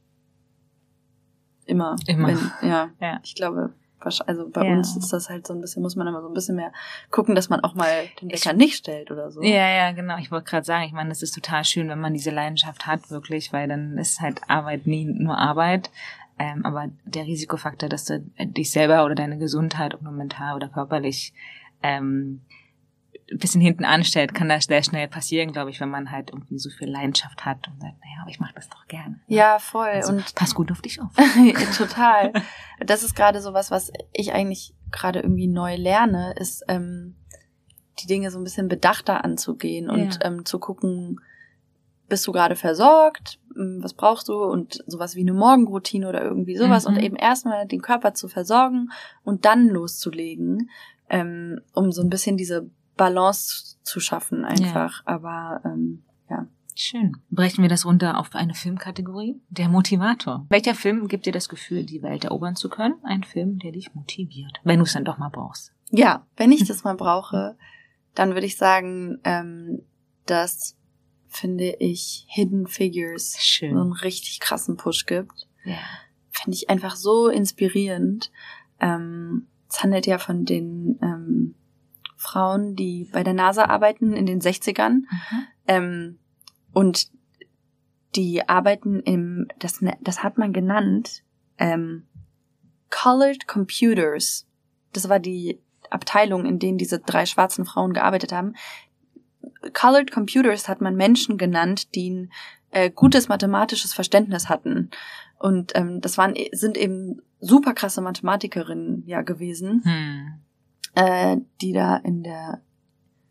immer. Immer. Wenn, ja, ja, ich glaube, also bei ja. uns ist das halt so ein bisschen, muss man immer so ein bisschen mehr gucken, dass man auch mal den Wecker ich, nicht stellt oder so. Ja, ja, genau. Ich wollte gerade sagen, ich meine, es ist total schön, wenn man diese Leidenschaft hat, wirklich, weil dann ist halt Arbeit nie nur Arbeit. Ähm, aber der Risikofaktor, dass du dich selber oder deine Gesundheit, ob nur mental oder körperlich, ähm, ein bisschen hinten anstellt, kann das sehr schnell passieren, glaube ich, wenn man halt irgendwie so viel Leidenschaft hat und sagt, naja, aber ich mache das doch gerne. Ja, voll. Also, und pass gut auf dich auf. Total. Das ist gerade so was, was ich eigentlich gerade irgendwie neu lerne, ist ähm, die Dinge so ein bisschen bedachter anzugehen und ja. ähm, zu gucken, bist du gerade versorgt, was brauchst du und sowas wie eine Morgenroutine oder irgendwie sowas mhm. und eben erstmal den Körper zu versorgen und dann loszulegen, ähm, um so ein bisschen diese Balance zu schaffen einfach, ja. aber ähm, ja. Schön. Brechen wir das runter auf eine Filmkategorie, der Motivator. Welcher Film gibt dir das Gefühl, die Welt erobern zu können? Ein Film, der dich motiviert, wenn du es dann doch mal brauchst. Ja, wenn ich das mal brauche, dann würde ich sagen, ähm, dass finde ich, Hidden Figures Schön. So einen richtig krassen Push gibt. Ja. Finde ich einfach so inspirierend. Ähm, es handelt ja von den ähm, Frauen, die bei der NASA arbeiten in den sechzigern. Mhm. Ähm, und die arbeiten im, das, das hat man genannt, ähm, Colored Computers. Das war die Abteilung, in denen diese drei schwarzen Frauen gearbeitet haben. Colored Computers hat man Menschen genannt, die ein äh, gutes mathematisches Verständnis hatten. Und ähm, das waren sind eben super krasse Mathematikerinnen ja gewesen, hm. äh, die da in der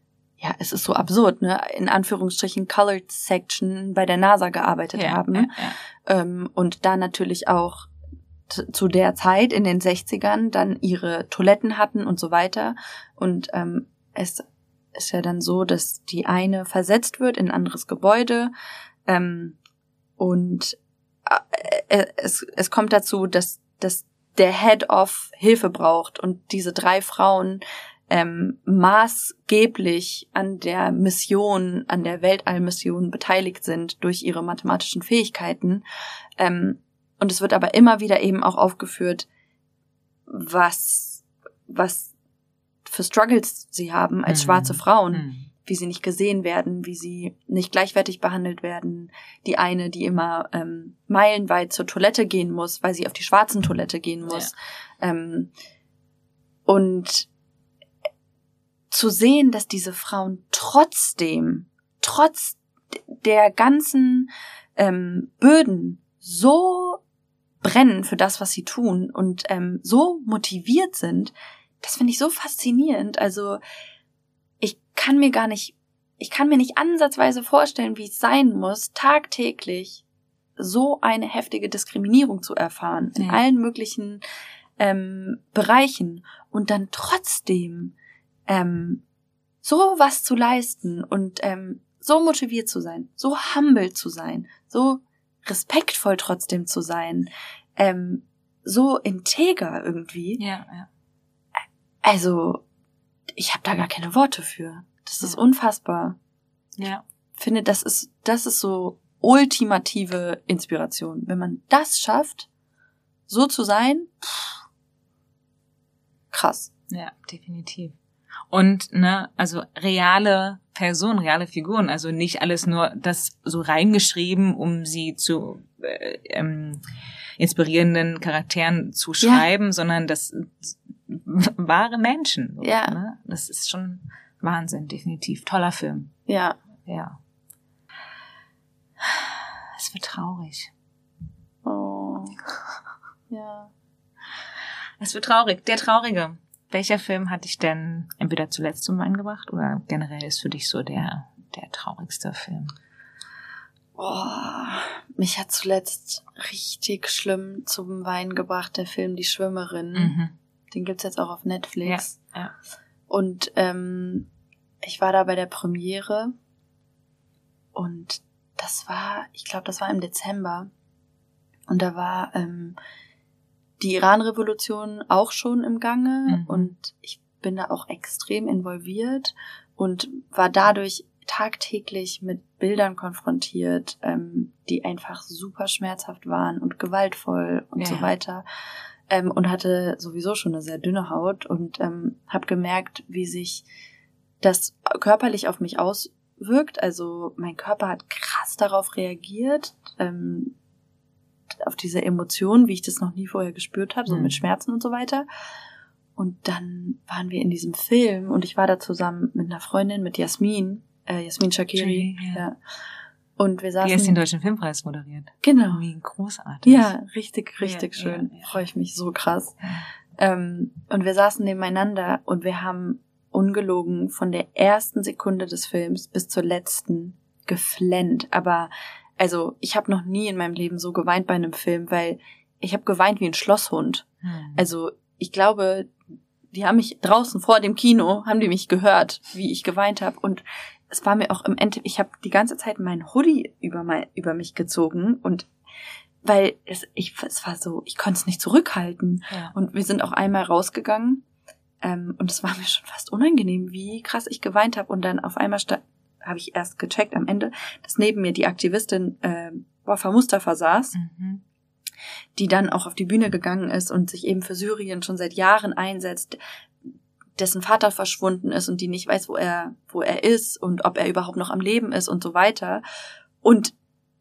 ja, es ist so absurd, ne, in Anführungsstrichen Colored Section bei der NASA gearbeitet ja, haben. Ja, ja. Ähm, und da natürlich auch t- zu der Zeit in den sechzigern dann ihre Toiletten hatten und so weiter. Und ähm, es ist ja dann so, dass die eine versetzt wird in ein anderes Gebäude. Ähm, und äh, es, es kommt dazu, dass, dass der Head-Off Hilfe braucht und diese drei Frauen ähm, maßgeblich an der Mission, an der Weltallmission beteiligt sind durch ihre mathematischen Fähigkeiten. Ähm, und es wird aber immer wieder eben auch aufgeführt, was, was für Struggles sie haben als Mhm. schwarze Frauen, Mhm. wie sie nicht gesehen werden, wie sie nicht gleichwertig behandelt werden. Die eine, die immer ähm, meilenweit zur Toilette gehen muss, weil sie auf die schwarzen Toilette gehen muss. Ja. Ähm, und zu sehen, dass diese Frauen trotzdem, trotz der ganzen ähm, Böden so brennen für das, was sie tun und ähm, so motiviert sind, das finde ich so faszinierend. Also ich kann mir gar nicht, ich kann mir nicht ansatzweise vorstellen, wie es sein muss, tagtäglich so eine heftige Diskriminierung zu erfahren in ja. allen möglichen ähm, Bereichen und dann trotzdem ähm, so was zu leisten und ähm, so motiviert zu sein, so humble zu sein, so respektvoll trotzdem zu sein, ähm, so integer irgendwie. Ja, ja. Also, ich habe da gar keine Worte für. Das ist Ja. unfassbar. Ja. Ich finde, das ist, das ist so ultimative Inspiration. Wenn man das schafft, so zu sein, pff, krass. Ja, definitiv. Und, ne, also reale Personen, reale Figuren, also nicht alles nur das so reingeschrieben, um sie zu äh, ähm, inspirierenden Charakteren zu schreiben, ja. sondern das sind wahre Menschen. So, ja. Ne? Das ist schon Wahnsinn, definitiv. Toller Film. Ja. Ja. Es wird traurig. Oh. Ja. Es wird traurig. Der Traurige. Welcher Film hat dich denn entweder zuletzt zum Weinen gebracht oder generell ist für dich so der der traurigste Film? Oh, mich hat zuletzt richtig schlimm zum Weinen gebracht, der Film Die Schwimmerin. Mhm. Den gibt's jetzt auch auf Netflix. Ja, ja. Und ähm, ich war da bei der Premiere und das war, ich glaube, das war im Dezember. Und da war ähm, die Iran-Revolution auch schon im Gange mhm. und ich bin da auch extrem involviert und war dadurch tagtäglich mit Bildern konfrontiert, ähm, die einfach super schmerzhaft waren und gewaltvoll und ja. so weiter. Ähm, und hatte sowieso schon eine sehr dünne Haut und ähm, habe gemerkt, wie sich das körperlich auf mich auswirkt. Also mein Körper hat krass darauf reagiert, ähm, auf diese Emotionen, wie ich das noch nie vorher gespürt habe, so mhm. mit Schmerzen und so weiter. Und dann waren wir in diesem Film und ich war da zusammen mit einer Freundin, mit Jasmin, äh, Jasmin Shakiri. Ja. Ja. Und wir saßen. Die erst den Deutschen Filmpreis moderiert. Genau. Wie großartig. Ja, richtig, richtig ja, schön. Ja, ja. Freue ich mich so krass. Ähm, und wir saßen nebeneinander und wir haben ungelogen von der ersten Sekunde des Films bis zur letzten geflennt. Aber also ich habe noch nie in meinem Leben so geweint bei einem Film, weil ich habe geweint wie ein Schlosshund. Hm. Also ich glaube, die haben mich draußen vor dem Kino, haben die mich gehört, wie ich geweint habe. Und es war mir auch im Ende, ich habe die ganze Zeit meinen Hoodie über, mein, über mich gezogen und weil es, ich, es war so, ich konnte es nicht zurückhalten. Ja. Und wir sind auch einmal rausgegangen ähm, und es war mir schon fast unangenehm, wie krass ich geweint habe. Und dann auf einmal sta- habe ich erst gecheckt am Ende, dass neben mir die Aktivistin äh, Wafa Mustafa saß, Mhm. die dann auch auf die Bühne gegangen ist und sich eben für Syrien schon seit Jahren einsetzt, dessen Vater verschwunden ist und die nicht weiß, wo er wo er ist und ob er überhaupt noch am Leben ist und so weiter. Und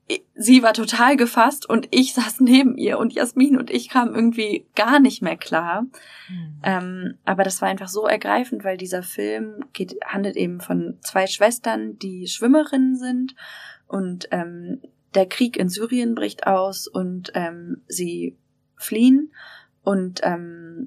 sie war total gefasst und ich saß neben ihr und Jasmin und ich kamen irgendwie gar nicht mehr klar. Mhm. Ähm, aber das war einfach so ergreifend, weil dieser Film geht, handelt eben von zwei Schwestern, die Schwimmerinnen sind und ähm, der Krieg in Syrien bricht aus und ähm, sie fliehen und ähm,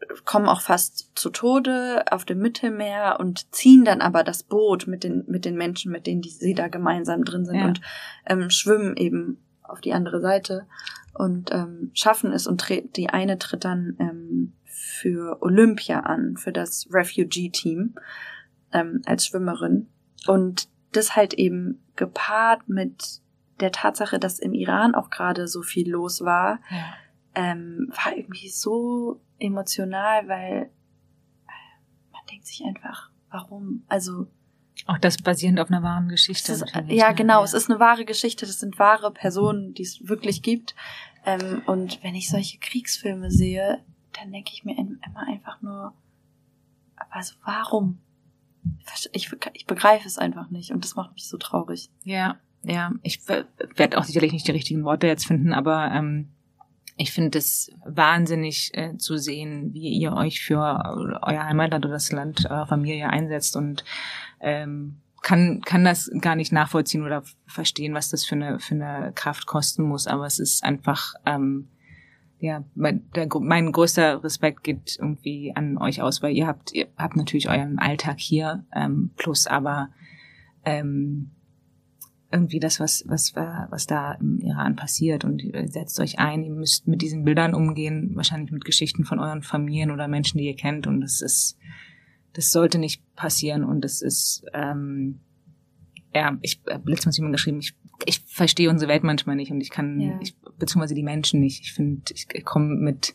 kommen auch fast zu Tode auf dem Mittelmeer und ziehen dann aber das Boot mit den mit den Menschen, mit denen die sie da gemeinsam drin sind, ja. und ähm, schwimmen eben auf die andere Seite und ähm, schaffen es und tre- die eine tritt dann ähm, für Olympia an, für das Refugee-Team ähm, als Schwimmerin. Und das halt eben gepaart mit der Tatsache, dass im Iran auch gerade so viel los war, ja. ähm, war irgendwie so emotional, weil man denkt sich einfach, warum? Also auch das basierend auf einer wahren Geschichte. Ist, ja, genau. Ja. Es ist eine wahre Geschichte. Das sind wahre Personen, die es wirklich gibt. Ähm, und wenn ich solche Kriegsfilme sehe, dann denke ich mir immer einfach nur, also warum? Ich, ich begreife es einfach nicht und das macht mich so traurig. Ja, ja. Ich werde auch sicherlich nicht die richtigen Worte jetzt finden, aber ähm, ich finde es wahnsinnig äh, zu sehen, wie ihr euch für euer Heimatland oder das Land eurer Familie einsetzt und ähm, kann kann das gar nicht nachvollziehen oder verstehen, was das für eine für eine Kraft kosten muss. Aber es ist einfach ähm, ja mein, der, mein größter Respekt geht irgendwie an euch aus, weil ihr habt ihr habt natürlich euren Alltag hier ähm, plus aber ähm, irgendwie das, was was was da im Iran passiert und ihr setzt euch ein, ihr müsst mit diesen Bildern umgehen, wahrscheinlich mit Geschichten von euren Familien oder Menschen, die ihr kennt und das ist, das sollte nicht passieren und das ist, ähm, ja, ich habe letztens jemand geschrieben, ich ich verstehe unsere Welt manchmal nicht und ich kann, ja. ich, beziehungsweise die Menschen nicht, ich finde, ich, ich komme mit,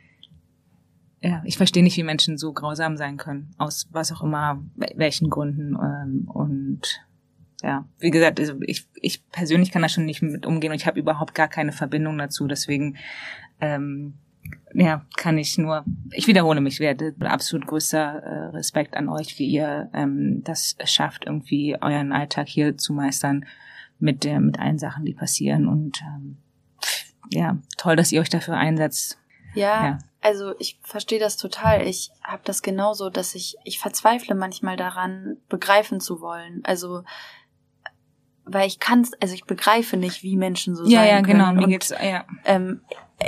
ja, ich verstehe nicht, wie Menschen so grausam sein können, aus was auch immer, welchen Gründen ähm, und ja, wie gesagt, also ich, ich persönlich kann da schon nicht mit umgehen und ich habe überhaupt gar keine Verbindung dazu. Deswegen, ähm, ja, kann ich nur, ich wiederhole mich, werde absolut größter äh, Respekt an euch, wie ihr ähm, das schafft, irgendwie euren Alltag hier zu meistern mit der, mit allen Sachen, die passieren. Und ähm, ja, toll, dass ihr euch dafür einsetzt. Ja, ja. Also ich verstehe das total. Ich habe das genauso, dass ich, ich verzweifle manchmal daran, begreifen zu wollen. Also weil ich kann's, also ich begreife nicht, wie Menschen so ja, sein ja, können. Ja, genau. Und, geht's, ja. Ähm,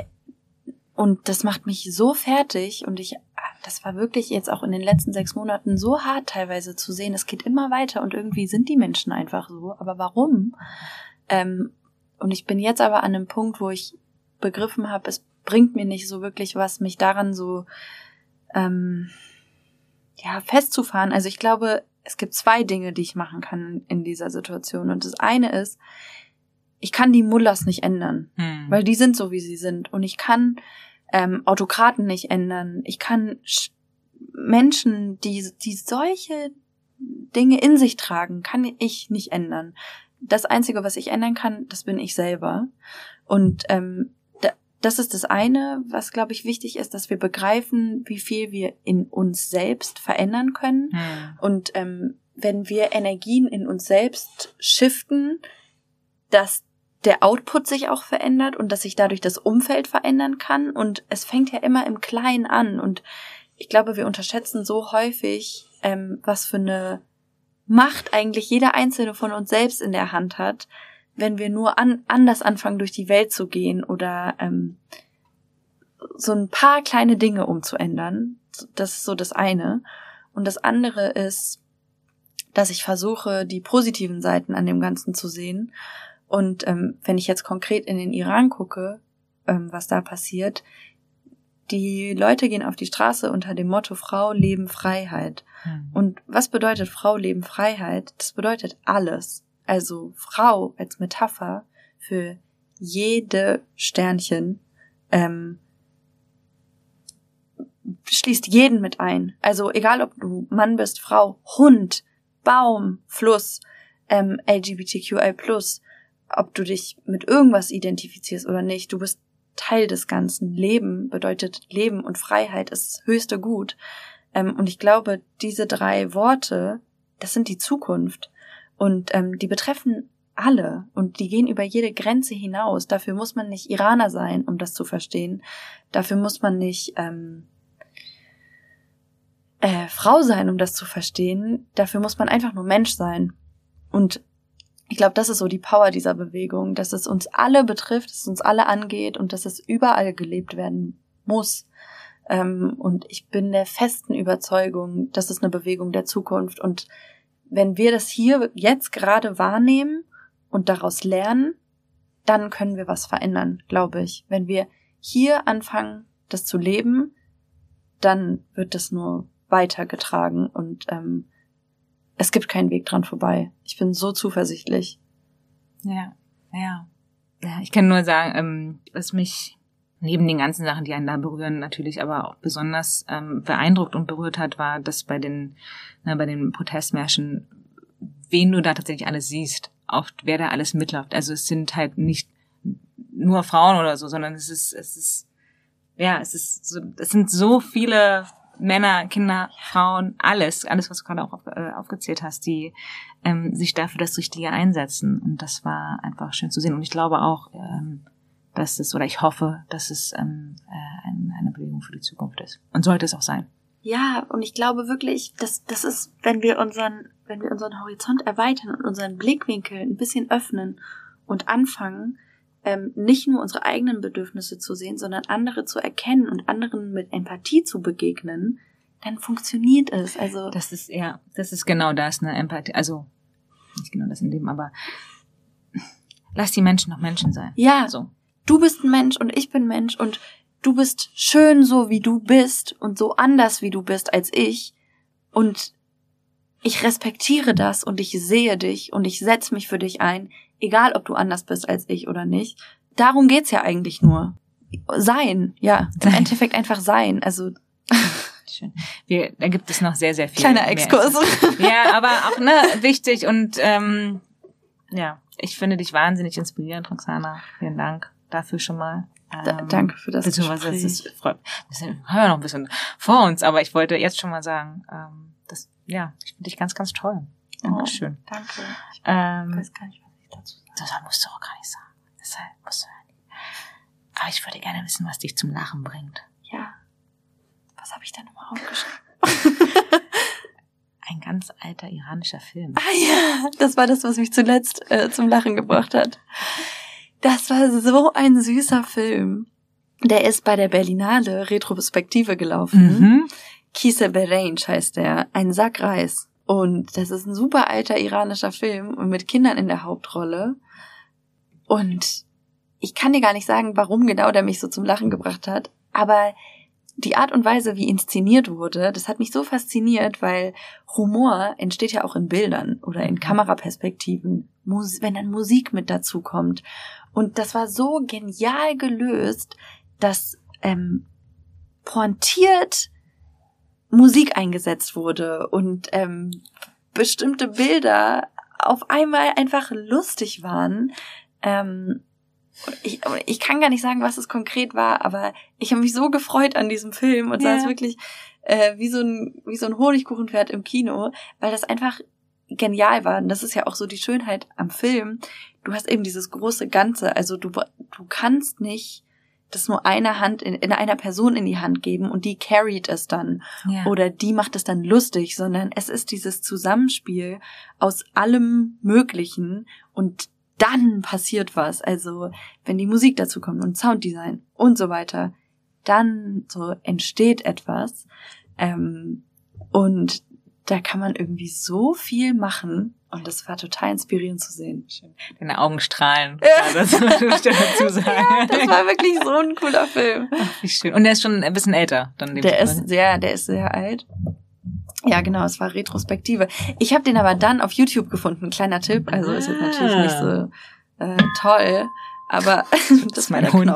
und das macht mich so fertig und ich, das war wirklich jetzt auch in den letzten sechs Monaten so hart teilweise zu sehen. Es geht immer weiter und irgendwie sind die Menschen einfach so. Aber warum? Ähm, und ich bin jetzt aber an einem Punkt, wo ich begriffen habe, es bringt mir nicht so wirklich was, mich daran so ähm, ja festzufahren. Also ich glaube, es gibt zwei Dinge, die ich machen kann in dieser Situation. Und das eine ist, ich kann die Mullahs nicht ändern, hm. weil die sind so, wie sie sind. Und ich kann ähm, Autokraten nicht ändern. Ich kann Sch- Menschen, die, die solche Dinge in sich tragen, kann ich nicht ändern. Das Einzige, was ich ändern kann, das bin ich selber. Und ähm, da, das ist das eine, was, glaube ich, wichtig ist, dass wir begreifen, wie viel wir in uns selbst verändern können. Hm. Und ähm, wenn wir Energien in uns selbst shiften, dass der Output sich auch verändert und dass sich dadurch das Umfeld verändern kann. Und es fängt ja immer im Kleinen an. Und ich glaube, wir unterschätzen so häufig, ähm, was für eine Macht eigentlich jeder Einzelne von uns selbst in der Hand hat, wenn wir nur an, anders anfangen, durch die Welt zu gehen oder ähm, so ein paar kleine Dinge umzuändern. Das ist so das eine. Und das andere ist, dass ich versuche, die positiven Seiten an dem Ganzen zu sehen. Und ähm, wenn ich jetzt konkret in den Iran gucke, ähm, was da passiert, die Leute gehen auf die Straße unter dem Motto Frau, Leben, Freiheit. Mhm. Und was bedeutet Frau, Leben, Freiheit? Das bedeutet alles. Also Frau als Metapher für jede Sternchen ähm, schließt jeden mit ein. Also egal, ob du Mann bist, Frau, Hund, Baum, Fluss, ähm, L G B T Q I plus, ob du dich mit irgendwas identifizierst oder nicht, du bist Teil des Ganzen. Leben bedeutet Leben und Freiheit ist das höchste Gut. Ähm, und ich glaube, diese drei Worte, das sind die Zukunft. Und ähm, die betreffen alle und die gehen über jede Grenze hinaus. Dafür muss man nicht Iraner sein, um das zu verstehen. Dafür muss man nicht ähm, äh, Frau sein, um das zu verstehen. Dafür muss man einfach nur Mensch sein. Und ich glaube, das ist so die Power dieser Bewegung, dass es uns alle betrifft, dass es uns alle angeht und dass es überall gelebt werden muss. Ähm, und ich bin der festen Überzeugung, das ist eine Bewegung der Zukunft. Und wenn wir das hier jetzt gerade wahrnehmen und daraus lernen, dann können wir was verändern, glaube ich. Wenn wir hier anfangen, das zu leben, dann wird das nur weitergetragen und ähm, es gibt keinen Weg dran vorbei. Ich bin so zuversichtlich. Ja, ja. Ja, ich kann nur sagen, ähm, was mich neben den ganzen Sachen, die einen da berühren, natürlich aber auch besonders ähm, beeindruckt und berührt hat, war, dass bei den, na, bei den Protestmärschen, wen du da tatsächlich alles siehst, oft wer da alles mitläuft. Also es sind halt nicht nur Frauen oder so, sondern es ist, es ist, ja, es ist so, es sind so viele Männer, Kinder, Frauen, alles, alles, was du gerade auch auf, äh, aufgezählt hast, die ähm, sich dafür das Richtige einsetzen. Und das war einfach schön zu sehen. Und ich glaube auch, ähm, dass es, oder ich hoffe, dass es ähm, äh, eine, eine Bewegung für die Zukunft ist. Und sollte es auch sein. Ja, und ich glaube wirklich, dass das ist, wenn wir unseren, wenn wir unseren Horizont erweitern und unseren Blickwinkel ein bisschen öffnen und anfangen, ähm, nicht nur unsere eigenen Bedürfnisse zu sehen, sondern andere zu erkennen und anderen mit Empathie zu begegnen, dann funktioniert es. Also das ist ja, das ist genau das, eine Empathie. Also nicht genau das in dem, aber lass die Menschen noch Menschen sein. Ja, so. Du bist ein Mensch und ich bin Mensch und du bist schön so, wie du bist und so anders, wie du bist als ich und ich respektiere das und ich sehe dich und ich setze mich für dich ein, egal ob du anders bist als ich oder nicht. Darum geht's ja eigentlich nur. Sein, ja. Im Endeffekt einfach sein. Also schön. Wir, da gibt es noch sehr, sehr viel. Kleiner Exkurs. Ja, aber auch ne wichtig und ähm, ja, ich finde dich wahnsinnig inspirierend, Roxana. Vielen Dank dafür schon mal. Ähm, da, danke für das Gespräch. Das ist, freut, wir haben ja noch ein bisschen vor uns, aber ich wollte jetzt schon mal sagen, ähm, das, ja, ich finde dich ganz, ganz toll. Dankeschön. Oh, danke. Ich ähm, weiß gar nicht, was ich dazu sage. Das musst du auch gar nicht sagen. Deshalb musst du ja nicht. Aber ich würde gerne wissen, was dich zum Lachen bringt. Ja. Was habe ich da nochmal aufgeschrieben? Ein ganz alter iranischer Film. Ah ja, das war das, was mich zuletzt äh, zum Lachen gebracht hat. Das war so ein süßer Film. Der ist bei der Berlinale Retrospektive gelaufen. Mhm. Kise Berange heißt der. Ein Sack Reis. Und das ist ein super alter iranischer Film und mit Kindern in der Hauptrolle. Und ich kann dir gar nicht sagen, warum genau der mich so zum Lachen gebracht hat. Aber die Art und Weise, wie inszeniert wurde, das hat mich so fasziniert, weil Humor entsteht ja auch in Bildern oder in Kameraperspektiven, wenn dann Musik mit dazu kommt. Und das war so genial gelöst, dass ähm, pointiert Musik eingesetzt wurde und ähm, bestimmte Bilder auf einmal einfach lustig waren. Ähm, ich, ich kann gar nicht sagen, was es konkret war, aber ich habe mich so gefreut an diesem Film und yeah. saß wirklich äh, wie so ein wie so ein Honigkuchenpferd im Kino, weil das einfach genial war. Und das ist ja auch so die Schönheit am Film. Du hast eben dieses große Ganze. Also du du kannst nicht das nur eine Hand in, in einer Person in die Hand geben und die carried es dann ja. oder die macht es dann lustig, sondern es ist dieses Zusammenspiel aus allem Möglichen und dann passiert was. Also wenn die Musik dazu kommt und Sounddesign und so weiter, dann so entsteht etwas ähm, und da kann man irgendwie so viel machen. Und das war total inspirierend zu sehen. Schön. Deine Augen strahlen. Ja. Das muss ich dazu sagen. Ja, das war wirklich so ein cooler Film. Ach, wie schön. Und der ist schon ein bisschen älter. Dann der ist sehr, der ist sehr alt. Ja, genau, es war Retrospektive. Ich habe den aber dann auf YouTube gefunden. Kleiner Tipp. Also ist jetzt natürlich nicht so äh, toll, aber das, das ist mein Hund.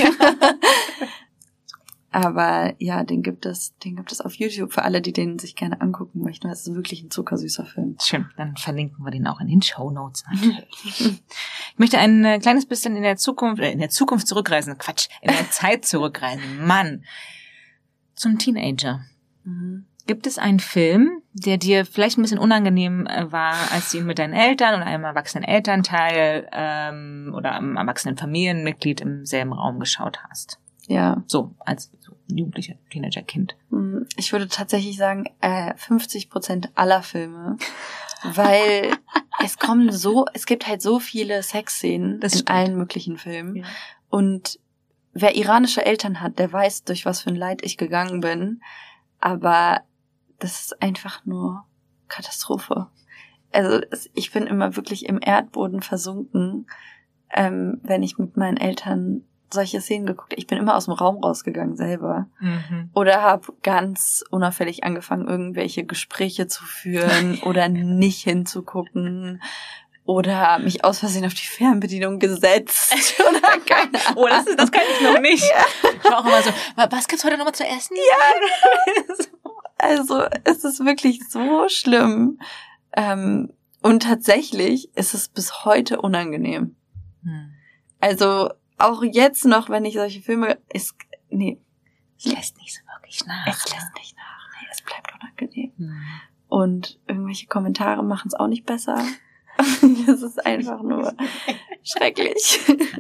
Aber ja, den gibt es, den gibt es auf YouTube für alle, die den sich gerne angucken möchten. Das ist wirklich ein zuckersüßer Film. Schön, dann verlinken wir den auch in den Shownotes natürlich. Ich möchte ein äh, kleines bisschen in der Zukunft, äh, in der Zukunft zurückreisen. Quatsch, in der Zeit zurückreisen. Mann, zum Teenager. Mhm. Gibt es einen Film, der dir vielleicht ein bisschen unangenehm äh, war, als du ihn mit deinen Eltern oder einem erwachsenen Elternteil ähm, oder einem erwachsenen Familienmitglied im selben Raum geschaut hast? Ja. So, als so Jugendlicher, Teenager, Kind. Ich würde tatsächlich sagen, äh, fünfzig Prozent aller Filme, weil es kommen so, es gibt halt so viele Sexszenen in allen möglichen Filmen. Ja. Und wer iranische Eltern hat, der weiß, durch was für ein Leid ich gegangen bin. Aber das ist einfach nur Katastrophe. Also ich bin immer wirklich im Erdboden versunken, ähm, wenn ich mit meinen Eltern solche Szenen geguckt habe. Ich bin immer aus dem Raum rausgegangen selber. Mhm. Oder habe ganz unauffällig angefangen, irgendwelche Gespräche zu führen oder nicht hinzugucken. Oder mich aus Versehen auf die Fernbedienung gesetzt. Oder keine Ahnung. Oh, das, ist, das kann ich noch nicht. Ja. Ich war auch immer so, was gibt's heute nochmal zu essen? Ja. Also es ist wirklich so schlimm. Ähm, und tatsächlich ist es bis heute unangenehm. Hm. Also auch jetzt noch, wenn ich solche Filme, ist, nee. Es lässt nicht so wirklich nach. Es lässt nicht nach. Nee, es bleibt unangenehm. Hm. Und irgendwelche Kommentare machen es auch nicht besser. Das ist einfach nur schrecklich.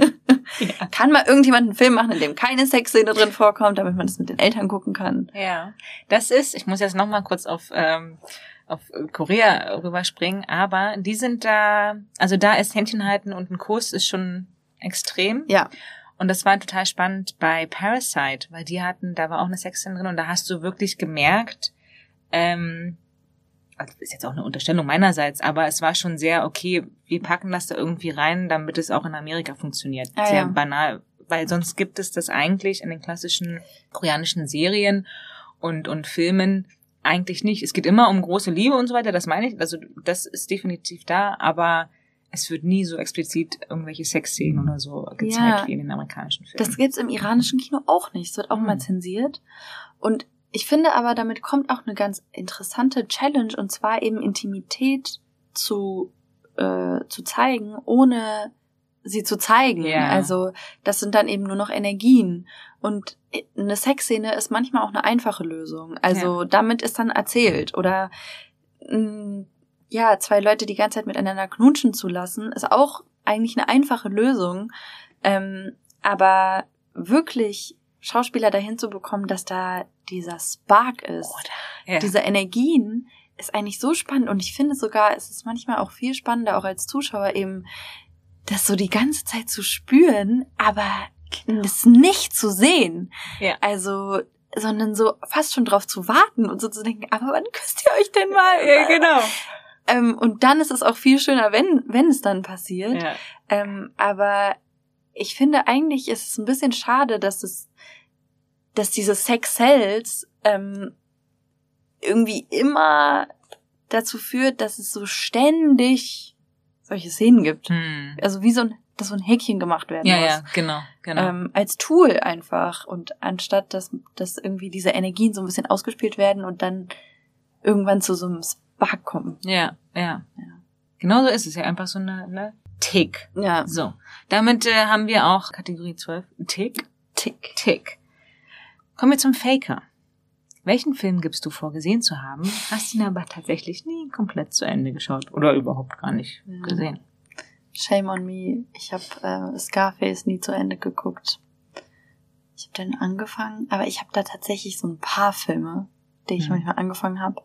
Ja. Kann mal irgendjemand einen Film machen, in dem keine Sexszene drin vorkommt, damit man das mit den Eltern gucken kann? Ja, das ist, ich muss jetzt noch mal kurz auf ähm, auf Korea rüberspringen, aber die sind da, also da ist Händchen halten und ein Kuss ist schon extrem. Ja. Und das war total spannend bei Parasite, weil die hatten, da war auch eine Sexszene drin und da hast du wirklich gemerkt, ähm, also ist jetzt auch eine Unterstellung meinerseits, aber es war schon sehr, okay, wir packen das da irgendwie rein, damit es auch in Amerika funktioniert. Ah, sehr ja. banal, weil sonst gibt es das eigentlich in den klassischen koreanischen Serien und und Filmen eigentlich nicht. Es geht immer um große Liebe und so weiter, das meine ich, also das ist definitiv da, aber es wird nie so explizit irgendwelche Sexszenen oder so gezeigt ja, wie in den amerikanischen Filmen. Das gibt's im iranischen Kino auch nicht, es wird auch hm. mal zensiert und ich finde aber, damit kommt auch eine ganz interessante Challenge, und zwar eben Intimität zu äh, zu zeigen, ohne sie zu zeigen. Yeah. Also das sind dann eben nur noch Energien. Und eine Sexszene ist manchmal auch eine einfache Lösung. Also ja. damit ist dann erzählt. Oder mh, ja, zwei Leute die ganze Zeit miteinander knutschen zu lassen, ist auch eigentlich eine einfache Lösung. Ähm, aber wirklich Schauspieler dahin zu bekommen, dass da dieser Spark ist, ja. diese Energien, ist eigentlich so spannend. Und ich finde sogar, es ist manchmal auch viel spannender, auch als Zuschauer eben, das so die ganze Zeit zu spüren, aber genau. das nicht zu sehen. Ja. Also, sondern so fast schon drauf zu warten und so zu denken, aber wann küsst ihr euch denn mal? Ja, genau. Ähm, und dann ist es auch viel schöner, wenn wenn es dann passiert. Ja. Ähm, aber ich finde, eigentlich ist es ein bisschen schade, dass es dass diese Sex-Cells ähm, irgendwie immer dazu führt, dass es so ständig solche Szenen gibt. Hm. Also wie so ein, dass so ein Häkchen gemacht werden ja, muss. Ja, genau, genau. Ähm, als Tool einfach. Und anstatt, dass, dass irgendwie diese Energien so ein bisschen ausgespielt werden und dann irgendwann zu so einem Spark kommen. Ja, ja. ja. Genau so ist es ja. Einfach so eine, eine Tick. Ja. So. Damit äh, haben wir auch Kategorie zwölf. Tick. Tick. Tick. Kommen wir zum Faker. Welchen Film gibst du vor, gesehen zu haben, hast ihn aber tatsächlich nie komplett zu Ende geschaut oder überhaupt gar nicht ja. gesehen? Shame on me. Ich habe äh, Scarface nie zu Ende geguckt. Ich habe den angefangen, aber ich habe da tatsächlich so ein paar Filme, die ich mhm. manchmal angefangen habe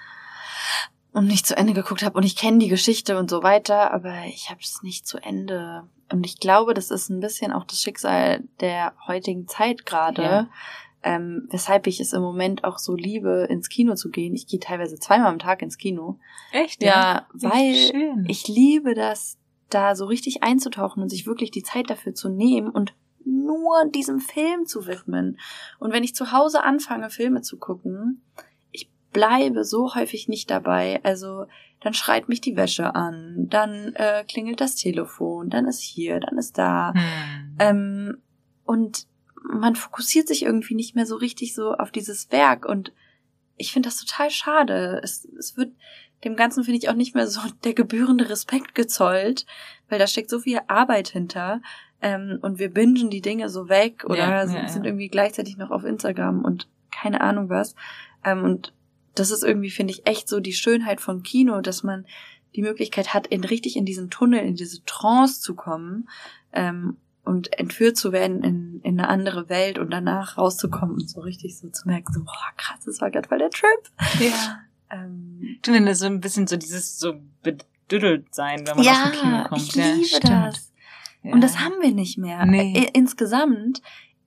und nicht zu Ende geguckt habe. Und ich kenne die Geschichte und so weiter, aber ich habe es nicht zu Ende. Und ich glaube, das ist ein bisschen auch das Schicksal der heutigen Zeit gerade. Ja. Ähm, weshalb ich es im Moment auch so liebe, ins Kino zu gehen. Ich gehe teilweise zweimal am Tag ins Kino. Echt? Ja, ja weil schön. Ich liebe das, da so richtig einzutauchen und sich wirklich die Zeit dafür zu nehmen und nur diesem Film zu widmen. Und wenn ich zu Hause anfange, Filme zu gucken, ich bleibe so häufig nicht dabei. Also dann schreit mich die Wäsche an, dann äh, klingelt das Telefon, dann ist hier, dann ist da. Hm. Ähm, und man fokussiert sich irgendwie nicht mehr so richtig so auf dieses Werk und ich finde das total schade. Es, es wird dem Ganzen, finde ich, auch nicht mehr so der gebührende Respekt gezollt, weil da steckt so viel Arbeit hinter ähm, und wir bingen die Dinge so weg oder ja, sind, ja, ja. sind irgendwie gleichzeitig noch auf Instagram und keine Ahnung was. Ähm, und das ist irgendwie, finde ich, echt so die Schönheit von Kino, dass man die Möglichkeit hat, in richtig in diesen Tunnel, in diese Trance zu kommen ähm, und entführt zu werden in, in eine andere Welt und danach rauszukommen und so richtig so zu merken, so, boah, krass, das war gerade voll der Trip. Ja. ähm, du nennst so ein bisschen so dieses so bedüdelt sein, wenn man ja, aus dem Kino kommt. Ich ja, ich liebe das. Ja. Und das haben wir nicht mehr. Nee. Insgesamt,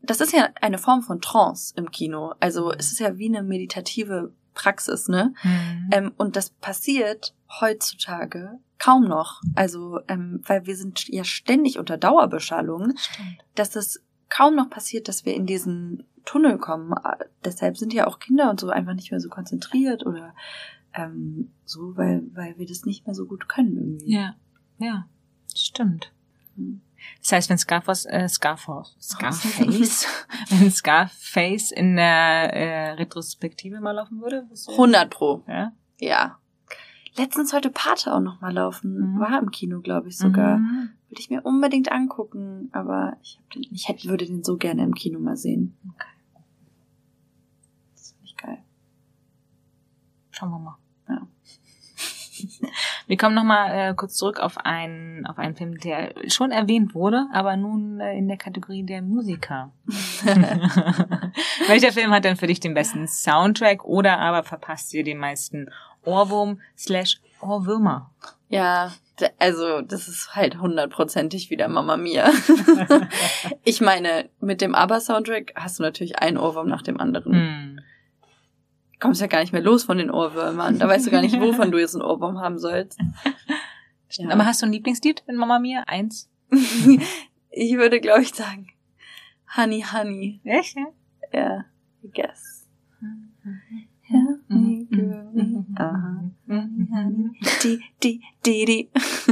das ist ja eine Form von Trance im Kino. Also es ist ja wie eine meditative Praxis, ne? Mhm. Ähm, und das passiert heutzutage kaum noch. Also, ähm, weil wir sind ja ständig unter Dauerbeschallung, Stimmt. dass es kaum noch passiert, dass wir in diesen Tunnel kommen. Deshalb sind ja auch Kinder und so einfach nicht mehr so konzentriert oder ähm, so, weil, weil wir das nicht mehr so gut können irgendwie. Ja, ja, stimmt. Mhm. Das heißt, wenn Scarface, äh, Scarface, Scarface, wenn Scarface in der äh, Retrospektive mal laufen würde? hundert Pro. Ja? Ja. Letztens heute Pate auch noch mal laufen. Mhm. War im Kino, glaube ich sogar. Mhm. Würde ich mir unbedingt angucken, aber ich, hab den, ich hätte, würde den so gerne im Kino mal sehen. Okay. Das finde ich geil. Schauen wir mal. Ja. Wir kommen nochmal äh, kurz zurück auf einen, auf einen Film, der schon erwähnt wurde, aber nun äh, in der Kategorie der Musiker. Welcher Film hat denn für dich den besten Soundtrack oder aber verpasst dir den meisten Ohrwurm slash Ohrwürmer? Ja, also das ist halt hundertprozentig wieder Mamma Mia. Ich meine, mit dem ABBA-Soundtrack hast du natürlich einen Ohrwurm nach dem anderen. Hm. Kommst ja gar nicht mehr los von den Ohrwürmern. Da weißt du gar nicht, wovon du jetzt einen Ohrwurm haben sollst. Ja. Aber hast du ein Lieblingslied in Mamma Mia? Eins? Ich würde, glaube ich, sagen Honey, Honey. Echt? Ja, yeah, I guess. Help me, girl. Aha. Die, die, die, die.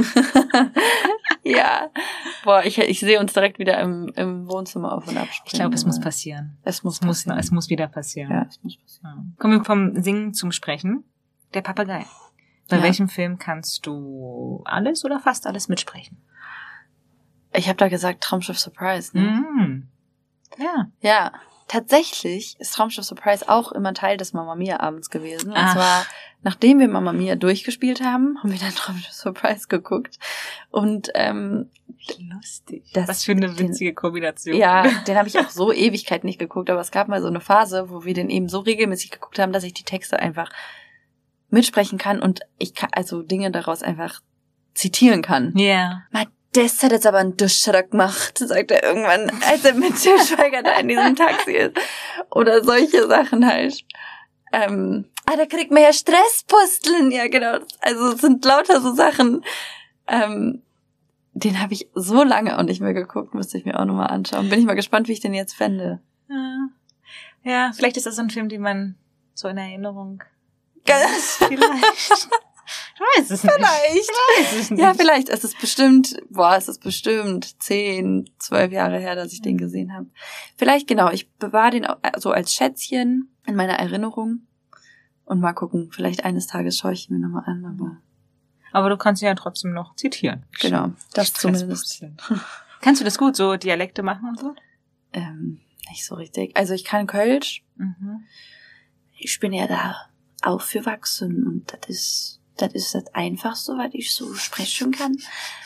Ja. Boah, ich, ich sehe uns direkt wieder im, im Wohnzimmer auf und ab. Ich glaube, es muss passieren. Es muss, es muss, es muss wieder passieren. Ja, es muss passieren. Kommen wir vom Singen zum Sprechen. Der Papagei. Bei ja. welchem Film kannst du alles oder fast alles mitsprechen? Ich habe da gesagt Traumschiff Surprise, ne? Mm. Ja. Ja. Tatsächlich ist Traumschiff Surprise auch immer Teil des Mamma Mia Abends gewesen. Und Ach. zwar, nachdem wir Mamma Mia durchgespielt haben, haben wir dann Traumschiff Surprise geguckt. Und ähm, lustig. Das, Was für eine witzige den, Kombination. Ja, den habe ich auch so Ewigkeit nicht geguckt. Aber es gab mal so eine Phase, wo wir den eben so regelmäßig geguckt haben, dass ich die Texte einfach mitsprechen kann und ich kann also Dinge daraus einfach zitieren kann. Ja. Yeah. Das hat jetzt aber einen Duschschatter gemacht, sagt er irgendwann, als er mit Til Schweiger da in diesem Taxi ist. Oder solche Sachen halt. Ähm, ah, da kriegt man ja Stresspusteln. Ja, genau. Also es sind lauter so Sachen. Ähm, den habe ich so lange auch nicht mehr geguckt, müsste ich mir auch nochmal anschauen. Bin ich mal gespannt, wie ich den jetzt fände. Ja, ja, vielleicht ist das so ein Film, den man so in Erinnerung... Ganz vielleicht... Ich weiß es vielleicht. nicht. Ich weiß es nicht. Ja, vielleicht. Es ist bestimmt, boah, es ist bestimmt zehn, zwölf Jahre her, dass ich den gesehen habe. Vielleicht, genau, ich bewahre den so als Schätzchen in meiner Erinnerung und mal gucken. Vielleicht eines Tages schaue ich ihn mir nochmal an, aber... Aber du kannst ihn ja trotzdem noch zitieren. Genau, das zumindest. Kannst du das gut, so Dialekte machen und so? Ähm, nicht so richtig. Also ich kann Kölsch. Mhm. Ich bin ja da aufgewachsen und das ist... Das ist das Einfachste, was ich so sprechen kann.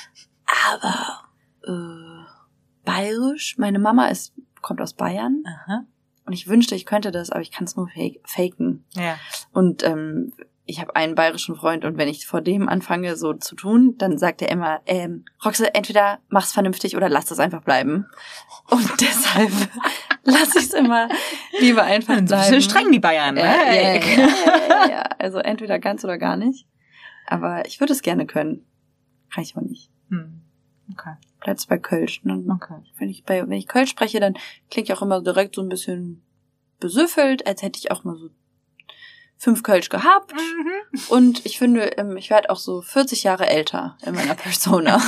Aber äh, Bayerisch, meine Mama ist kommt aus Bayern. Aha. Und ich wünschte, ich könnte das, aber ich kann es nur fake, faken. Ja. Und ähm, ich habe einen bayerischen Freund und wenn ich vor dem anfange, so zu tun, dann sagt er immer, ähm, Roxe, entweder mach's vernünftig oder lass das einfach bleiben. Und deshalb lasse ich es immer lieber einfach bleiben. Ein bisschen streng, die Bayern, ne? Ja, ja, ja, ja, ja, ja. Also entweder ganz oder gar nicht. Aber ich würde es gerne können. Kann ich aber nicht. Hm. Okay. Bleibt's bei Kölsch. Ne? Okay. Wenn ich bei, wenn ich Kölsch spreche, dann klingt ich auch immer direkt so ein bisschen besüffelt, als hätte ich auch mal so fünf Kölsch gehabt. Mhm. Und ich finde, ich werde auch so vierzig Jahre älter in meiner Persona.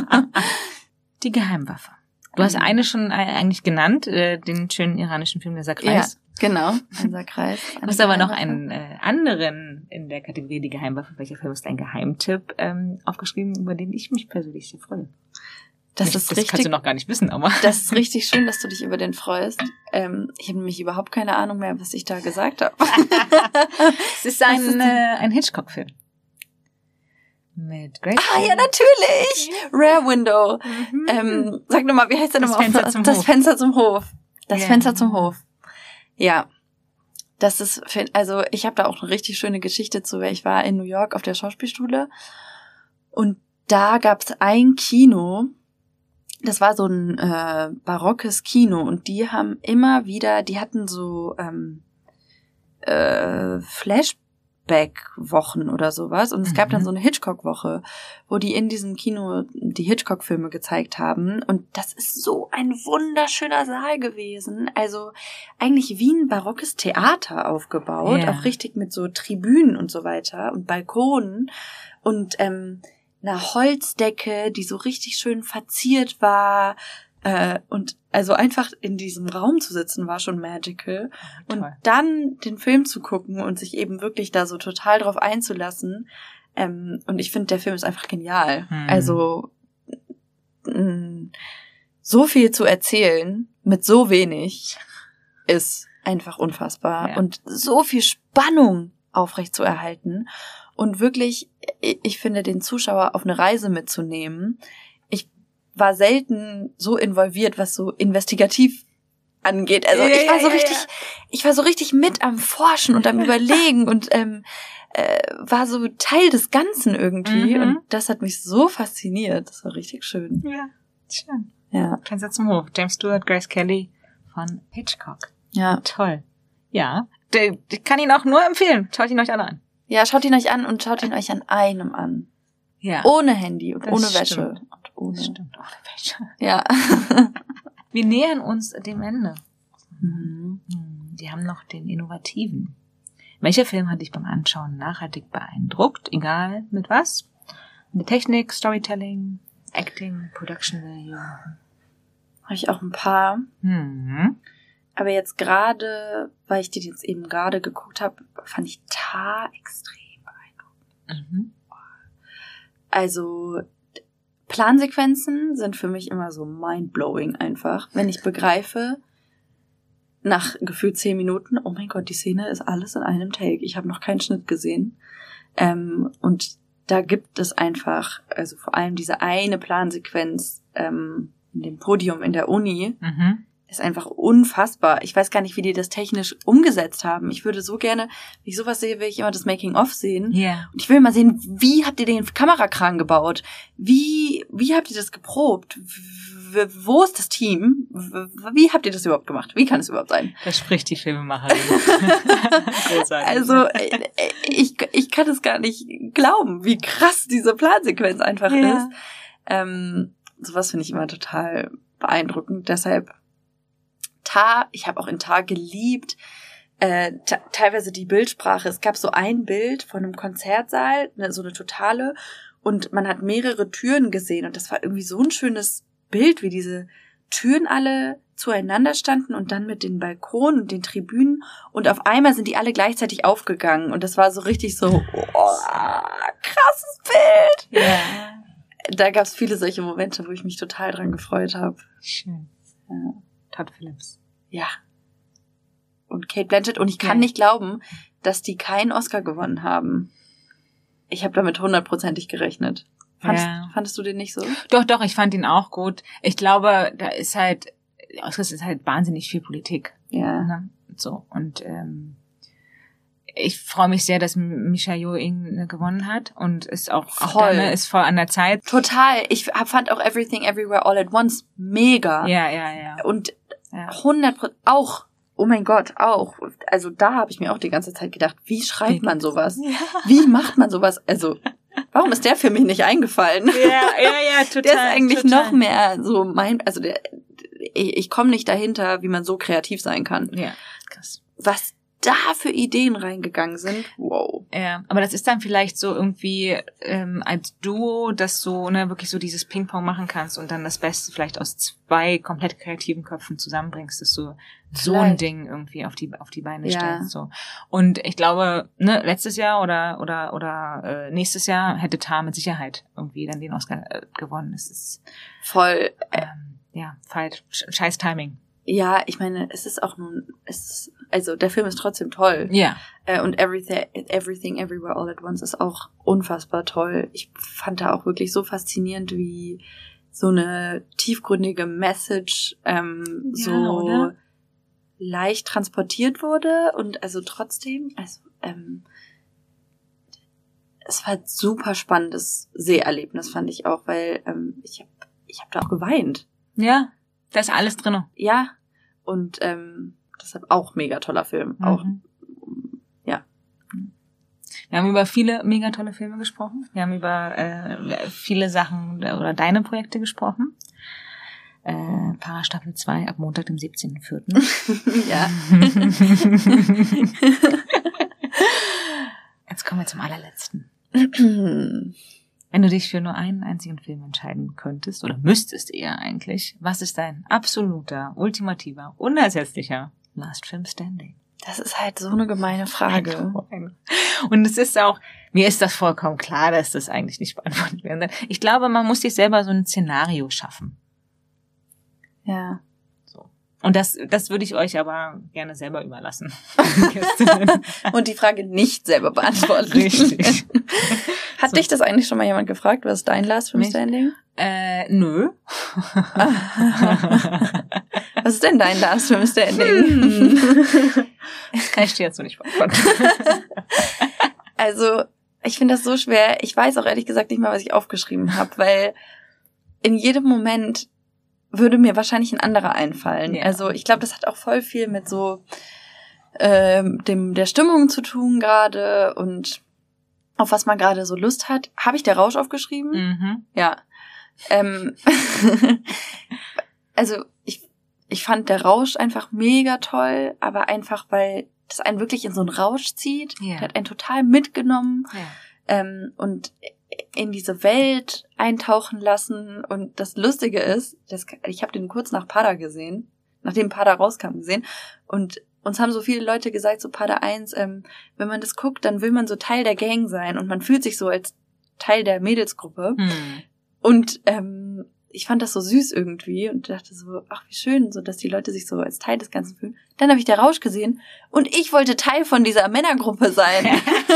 Die Geheimwaffe. Du hast eine schon eigentlich genannt, äh, den schönen iranischen Film Der Sackreis. Ja, genau, ein Sackreis. Du hast aber noch einen äh, anderen in der Kategorie Die Geheimwaffe. Welcher Film ist ein Geheimtipp ähm, aufgeschrieben, über den ich mich persönlich sehr freue? Das Nicht, ist das richtig. kannst du noch gar nicht wissen, aber. Das ist richtig schön, dass du dich über den freust. Ähm, ich habe nämlich überhaupt keine Ahnung mehr, was ich da gesagt habe. Es ist ein, ist äh, ein Hitchcock-Film. Mit Grace. Ah, ja, natürlich! Rare Window. Mhm. Ähm, sag nochmal, wie heißt der nochmal? Das Fenster zum Das Hof. Fenster zum Hof. Das Ja. Fenster zum Hof. Ja. Das ist, also ich habe da auch eine richtig schöne Geschichte zu, weil ich war in New York auf der Schauspielschule und da gab es ein Kino, das war so ein äh, barockes Kino und die haben immer wieder, die hatten so ähm, äh, Flashback-Wochen oder sowas und es mhm. gab dann so eine Hitchcock-Woche, wo die in diesem Kino die Hitchcock-Filme gezeigt haben und das ist so ein wunderschöner Saal gewesen, also eigentlich wie ein barockes Theater aufgebaut, yeah. auch richtig mit so Tribünen und so weiter und Balkonen und ähm, einer Holzdecke, die so richtig schön verziert war äh, und also einfach in diesem Raum zu sitzen war schon magical oh, und dann den Film zu gucken und sich eben wirklich da so total drauf einzulassen ähm, und ich finde, der Film ist einfach genial. Hm. Also mh, so viel zu erzählen mit so wenig ist einfach unfassbar ja. und so viel Spannung aufrecht zu erhalten und wirklich, ich finde, den Zuschauer auf eine Reise mitzunehmen. Ich war selten so involviert, was so investigativ angeht. Also ich war so richtig, ich war so richtig mit am Forschen und am Überlegen und ähm, äh, war so Teil des Ganzen irgendwie. Mhm. Und das hat mich so fasziniert. Das war richtig schön. Ja, schön. Ja. Kein Satz zum Hof. James Stewart, Grace Kelly von Hitchcock. Ja. Toll. Ja. Ich kann ihn auch nur empfehlen. Schaut ihn euch alle an. Ja, schaut ihn euch an und schaut ihn euch an einem an. Ja. Ohne Handy und das ohne stimmt. Wäsche. Und ohne. Das stimmt, ohne Wäsche. Ja. Wir nähern uns dem Ende. Mhm. Wir haben noch den Innovativen. Welcher Film hat dich beim Anschauen nachhaltig beeindruckt? Egal mit was? Mit Technik, Storytelling, Acting, Production Value. Habe ich auch ein paar. Mhm. Aber jetzt gerade, weil ich die jetzt eben gerade geguckt habe, fand ich Tar extrem beeindruckend. Mhm. Also Plansequenzen sind für mich immer so mindblowing einfach. Wenn ich begreife, nach gefühlt zehn Minuten, oh mein Gott, die Szene ist alles in einem Take. Ich habe noch keinen Schnitt gesehen. Ähm, und da gibt es einfach, also vor allem diese eine Plansequenz ähm, in dem Podium in der Uni, mhm. ist einfach unfassbar. Ich weiß gar nicht, wie die das technisch umgesetzt haben. Ich würde so gerne, wenn ich sowas sehe, will ich immer das Making-of sehen. Yeah. Und ich will mal sehen, wie habt ihr den Kamerakran gebaut? Wie, wie habt ihr das geprobt? W- wo ist das Team? W- wie habt ihr das überhaupt gemacht? Wie kann es überhaupt sein? Da spricht die Filmemacherin. Großartig. Also, ich, ich kann es gar nicht glauben, wie krass diese Plansequenz einfach ja. ist. Ähm, sowas finde ich immer total beeindruckend. Deshalb Tar, ich habe auch in Tar geliebt, äh, t- teilweise die Bildsprache. Es gab so ein Bild von einem Konzertsaal, ne, so eine totale, und man hat mehrere Türen gesehen und das war irgendwie so ein schönes Bild, wie diese Türen alle zueinander standen und dann mit den Balkonen und den Tribünen und auf einmal sind die alle gleichzeitig aufgegangen und das war so richtig so, oh, krasses Bild. Ja. Da gab es viele solche Momente, wo ich mich total dran gefreut habe. Schön. Ja. Todd Phillips. Ja. Und Cate Blanchett. Und ich kann ja. nicht glauben, dass die keinen Oscar gewonnen haben. Ich habe damit hundertprozentig gerechnet. Fandest, ja. fandest du den nicht so? Doch, doch, ich fand ihn auch gut. Ich glaube, da ist halt, Oscars ist halt wahnsinnig viel Politik. Ja. Ne? So, und ähm, ich freue mich sehr, dass Michelle Yeoh ihn gewonnen hat und ist auch, auch voll. Dann, ist voll an der Zeit. Total. Ich fand auch Everything Everywhere All at Once mega. Ja, ja, ja. Und ja. hundert Prozent auch, oh mein Gott, auch. Also da habe ich mir auch die ganze Zeit gedacht, wie schreibt man sowas? Ja. Wie macht man sowas? Also warum ist der für mich nicht eingefallen? Ja, ja, ja, total. Der ist eigentlich total. noch mehr so mein, also der, ich, ich komme nicht dahinter, wie man so kreativ sein kann. Ja, krass. Was da für Ideen reingegangen sind, wow. Ja, aber das ist dann vielleicht so irgendwie ähm, als Duo, dass du ne, wirklich so dieses Ping-Pong machen kannst und dann das Beste vielleicht aus zwei komplett kreativen Köpfen zusammenbringst, dass du so ein Ding irgendwie auf die auf die Beine ja. stellst. So. Und ich glaube, ne, letztes Jahr oder oder oder äh, nächstes Jahr hätte Tar mit Sicherheit irgendwie dann den Oscar äh, gewonnen. Es ist voll ähm, ja falsch, scheiß Timing. Ja, ich meine, es ist auch nun, es ist, also der Film ist trotzdem toll. Ja. Äh, und Everything, Everything, Everywhere, All at Once ist auch unfassbar toll. Ich fand da auch wirklich so faszinierend, wie so eine tiefgründige Message ähm, ja, so oder? leicht transportiert wurde und also trotzdem, also ähm, es war ein super spannendes Seherlebnis, fand ich auch, weil ähm, ich habe ich hab da auch geweint. Ja, da ist alles drin. Ja, und ähm, deshalb auch mega toller Film. Mhm. Auch, ja. Wir haben über viele mega tolle Filme gesprochen. Wir haben über äh, viele Sachen oder deine Projekte gesprochen. Äh, Para Staffel zwei ab Montag, dem siebzehnten vierten Ja. Jetzt kommen wir zum allerletzten. Wenn du dich für nur einen einzigen Film entscheiden könntest, oder müsstest eher eigentlich, was ist dein absoluter, ultimativer, unersetzlicher Last Film Standing? Das ist halt so eine gemeine Frage. Und es ist auch, mir ist das vollkommen klar, dass das eigentlich nicht beantwortet werden soll. Ich glaube, man muss sich selber so ein Szenario schaffen. Ja. So. Und das, das würde ich euch aber gerne selber überlassen. Und die Frage nicht selber beantworten. Richtig. Hat so. dich das eigentlich schon mal jemand gefragt? Was ist dein Last Film Standing? Äh, nö. Was ist denn dein Last Film Standing? Das kann ich dir jetzt so nicht beantworten. Also, ich finde das so schwer. Ich weiß auch ehrlich gesagt nicht mal, was ich aufgeschrieben habe, weil in jedem Moment würde mir wahrscheinlich ein anderer einfallen. Ja. Also ich glaube, das hat auch voll viel mit so ähm, dem der Stimmung zu tun gerade und auf was man gerade so Lust hat. Habe ich Der Rausch aufgeschrieben? Mhm. Ja. Ähm, also ich ich fand Der Rausch einfach mega toll, aber einfach, weil das einen wirklich in so einen Rausch zieht. Ja. Der hat einen total mitgenommen. Ja. Ähm, und in diese Welt eintauchen lassen. Und das Lustige ist, das, ich habe den kurz nach Pada gesehen, nachdem Pada rauskam gesehen. Und uns haben so viele Leute gesagt, so Pada eins, ähm, wenn man das guckt, dann will man so Teil der Gang sein. Und man fühlt sich so als Teil der Mädelsgruppe. Hm. Und ähm, ich fand das so süß irgendwie und dachte so, ach wie schön, so dass die Leute sich so als Teil des Ganzen fühlen. Dann habe ich Der Rausch gesehen und ich wollte Teil von dieser Männergruppe sein.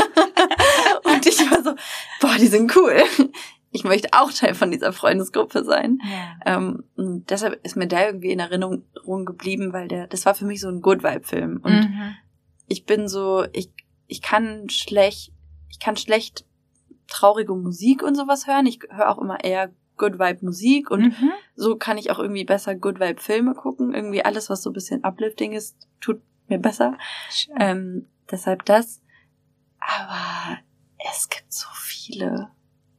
Und ich war so, boah, die sind cool. Ich möchte auch Teil von dieser Freundesgruppe sein. Ja. Ähm, und deshalb ist mir der irgendwie in Erinnerung geblieben, weil der, das war für mich so ein Good-Vibe-Film. Und mhm. ich bin so, ich ich kann schlecht, ich kann schlecht traurige Musik und sowas hören. Ich höre auch immer eher Good-Vibe-Musik und mhm. so kann ich auch irgendwie besser Good-Vibe-Filme gucken. Irgendwie alles, was so ein bisschen uplifting ist, tut mir besser. Ähm, deshalb das. Aber es gibt so viele.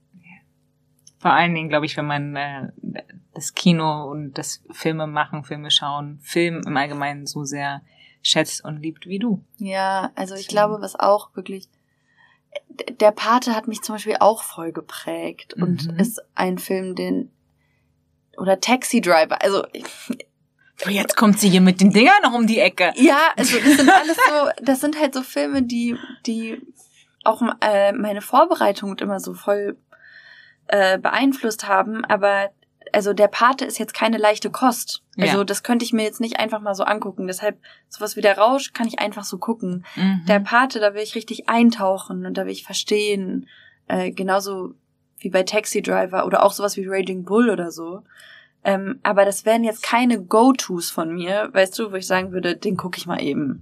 Vor allen Dingen, glaube ich, wenn man äh, das Kino und das Filme machen, Filme schauen, Film im Allgemeinen so sehr schätzt und liebt wie du. Ja, also ich glaube, was auch wirklich... Der Pate hat mich zum Beispiel auch voll geprägt mhm. und ist ein Film, den... Oder Taxi Driver, also... Oh, jetzt kommt sie hier mit den Dingern noch um die Ecke. Ja, also das sind alles so... Das sind halt so Filme, die die auch äh, meine Vorbereitung immer so voll äh, beeinflusst haben, aber also der Pate ist jetzt keine leichte Kost. Also ja. Das könnte ich mir jetzt nicht einfach mal so angucken. Deshalb sowas wie Der Rausch kann ich einfach so gucken. Mhm. Der Pate, da will ich richtig eintauchen und da will ich verstehen. Äh, genauso wie bei Taxi Driver oder auch sowas wie Raging Bull oder so. Ähm, aber das wären jetzt keine Go-Tos von mir, weißt du, wo ich sagen würde, den gucke ich mal eben.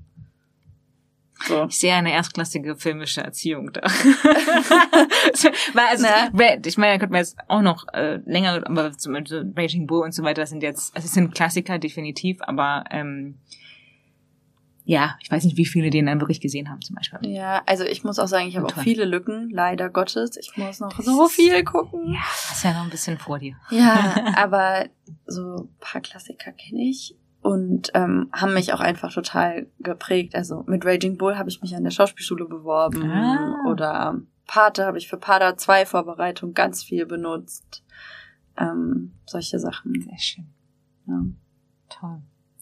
So. Ich sehe eine erstklassige filmische Erziehung da. Weil also, ich meine, da könnte man jetzt auch noch äh, länger, aber zum Beispiel Raging Bull und so weiter, das sind jetzt, also es sind Klassiker definitiv, aber ähm, ja, ich weiß nicht, wie viele den dann wirklich gesehen haben zum Beispiel. Ja, also ich muss auch sagen, ich habe auch viele Lücken, leider Gottes. Ich muss noch das so viel gucken. Ja, hast ja noch ein bisschen vor dir. Ja, aber so ein paar Klassiker kenne ich. Und ähm, haben mich auch einfach total geprägt. Also mit Raging Bull habe ich mich an der Schauspielschule beworben. Ah. Oder Pate habe ich für Pada zwei Vorbereitung ganz viel benutzt. Ähm, solche Sachen. Sehr schön. Ja. Toll.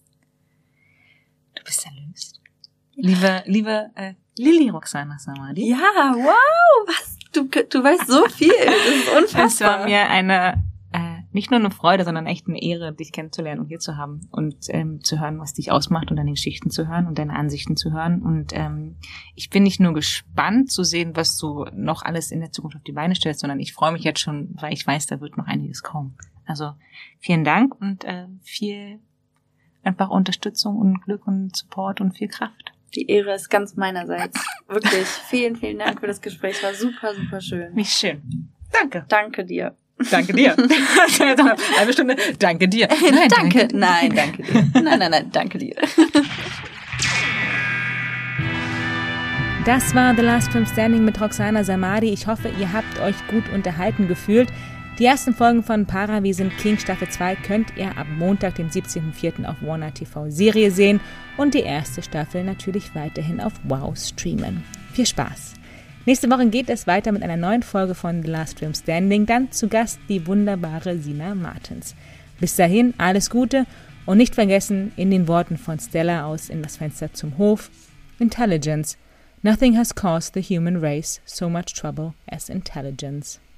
Du bist erlöst. Liebe, liebe äh, Lili Roxana Samadi. Ja, wow, was? Du, du weißt so viel. Das ist unfassbar. Es war mir eine... nicht nur eine Freude, sondern echt eine Ehre, dich kennenzulernen und hier zu haben und ähm, zu hören, was dich ausmacht und deine Geschichten zu hören und deine Ansichten zu hören. Und ähm, ich bin nicht nur gespannt zu sehen, was du noch alles in der Zukunft auf die Beine stellst, sondern ich freue mich jetzt schon, weil ich weiß, da wird noch einiges kommen. Also vielen Dank und äh, viel einfach Unterstützung und Glück und Support und viel Kraft. Die Ehre ist ganz meinerseits. Wirklich. Vielen, vielen Dank für das Gespräch. War super, super schön. Wie schön. Danke. Danke dir. Danke dir. Halbe Stunde, danke dir. Nein, danke. danke. Nein, danke dir. Nein, nein, nein, danke dir. Das war The Last Film Standing mit Roxana Samadi. Ich hoffe, ihr habt euch gut unterhalten gefühlt. Die ersten Folgen von Para Wir sind King Staffel zwei könnt ihr ab Montag, dem siebzehnten vierten auf Warner T V Serie sehen und die erste Staffel natürlich weiterhin auf Wow streamen. Viel Spaß! Nächste Woche geht es weiter mit einer neuen Folge von The Last Film Standing, dann zu Gast die wunderbare Sina Martens. Bis dahin alles Gute und nicht vergessen, in den Worten von Stella aus In das Fenster zum Hof, Intelligence. Nothing has caused the human race so much trouble as intelligence.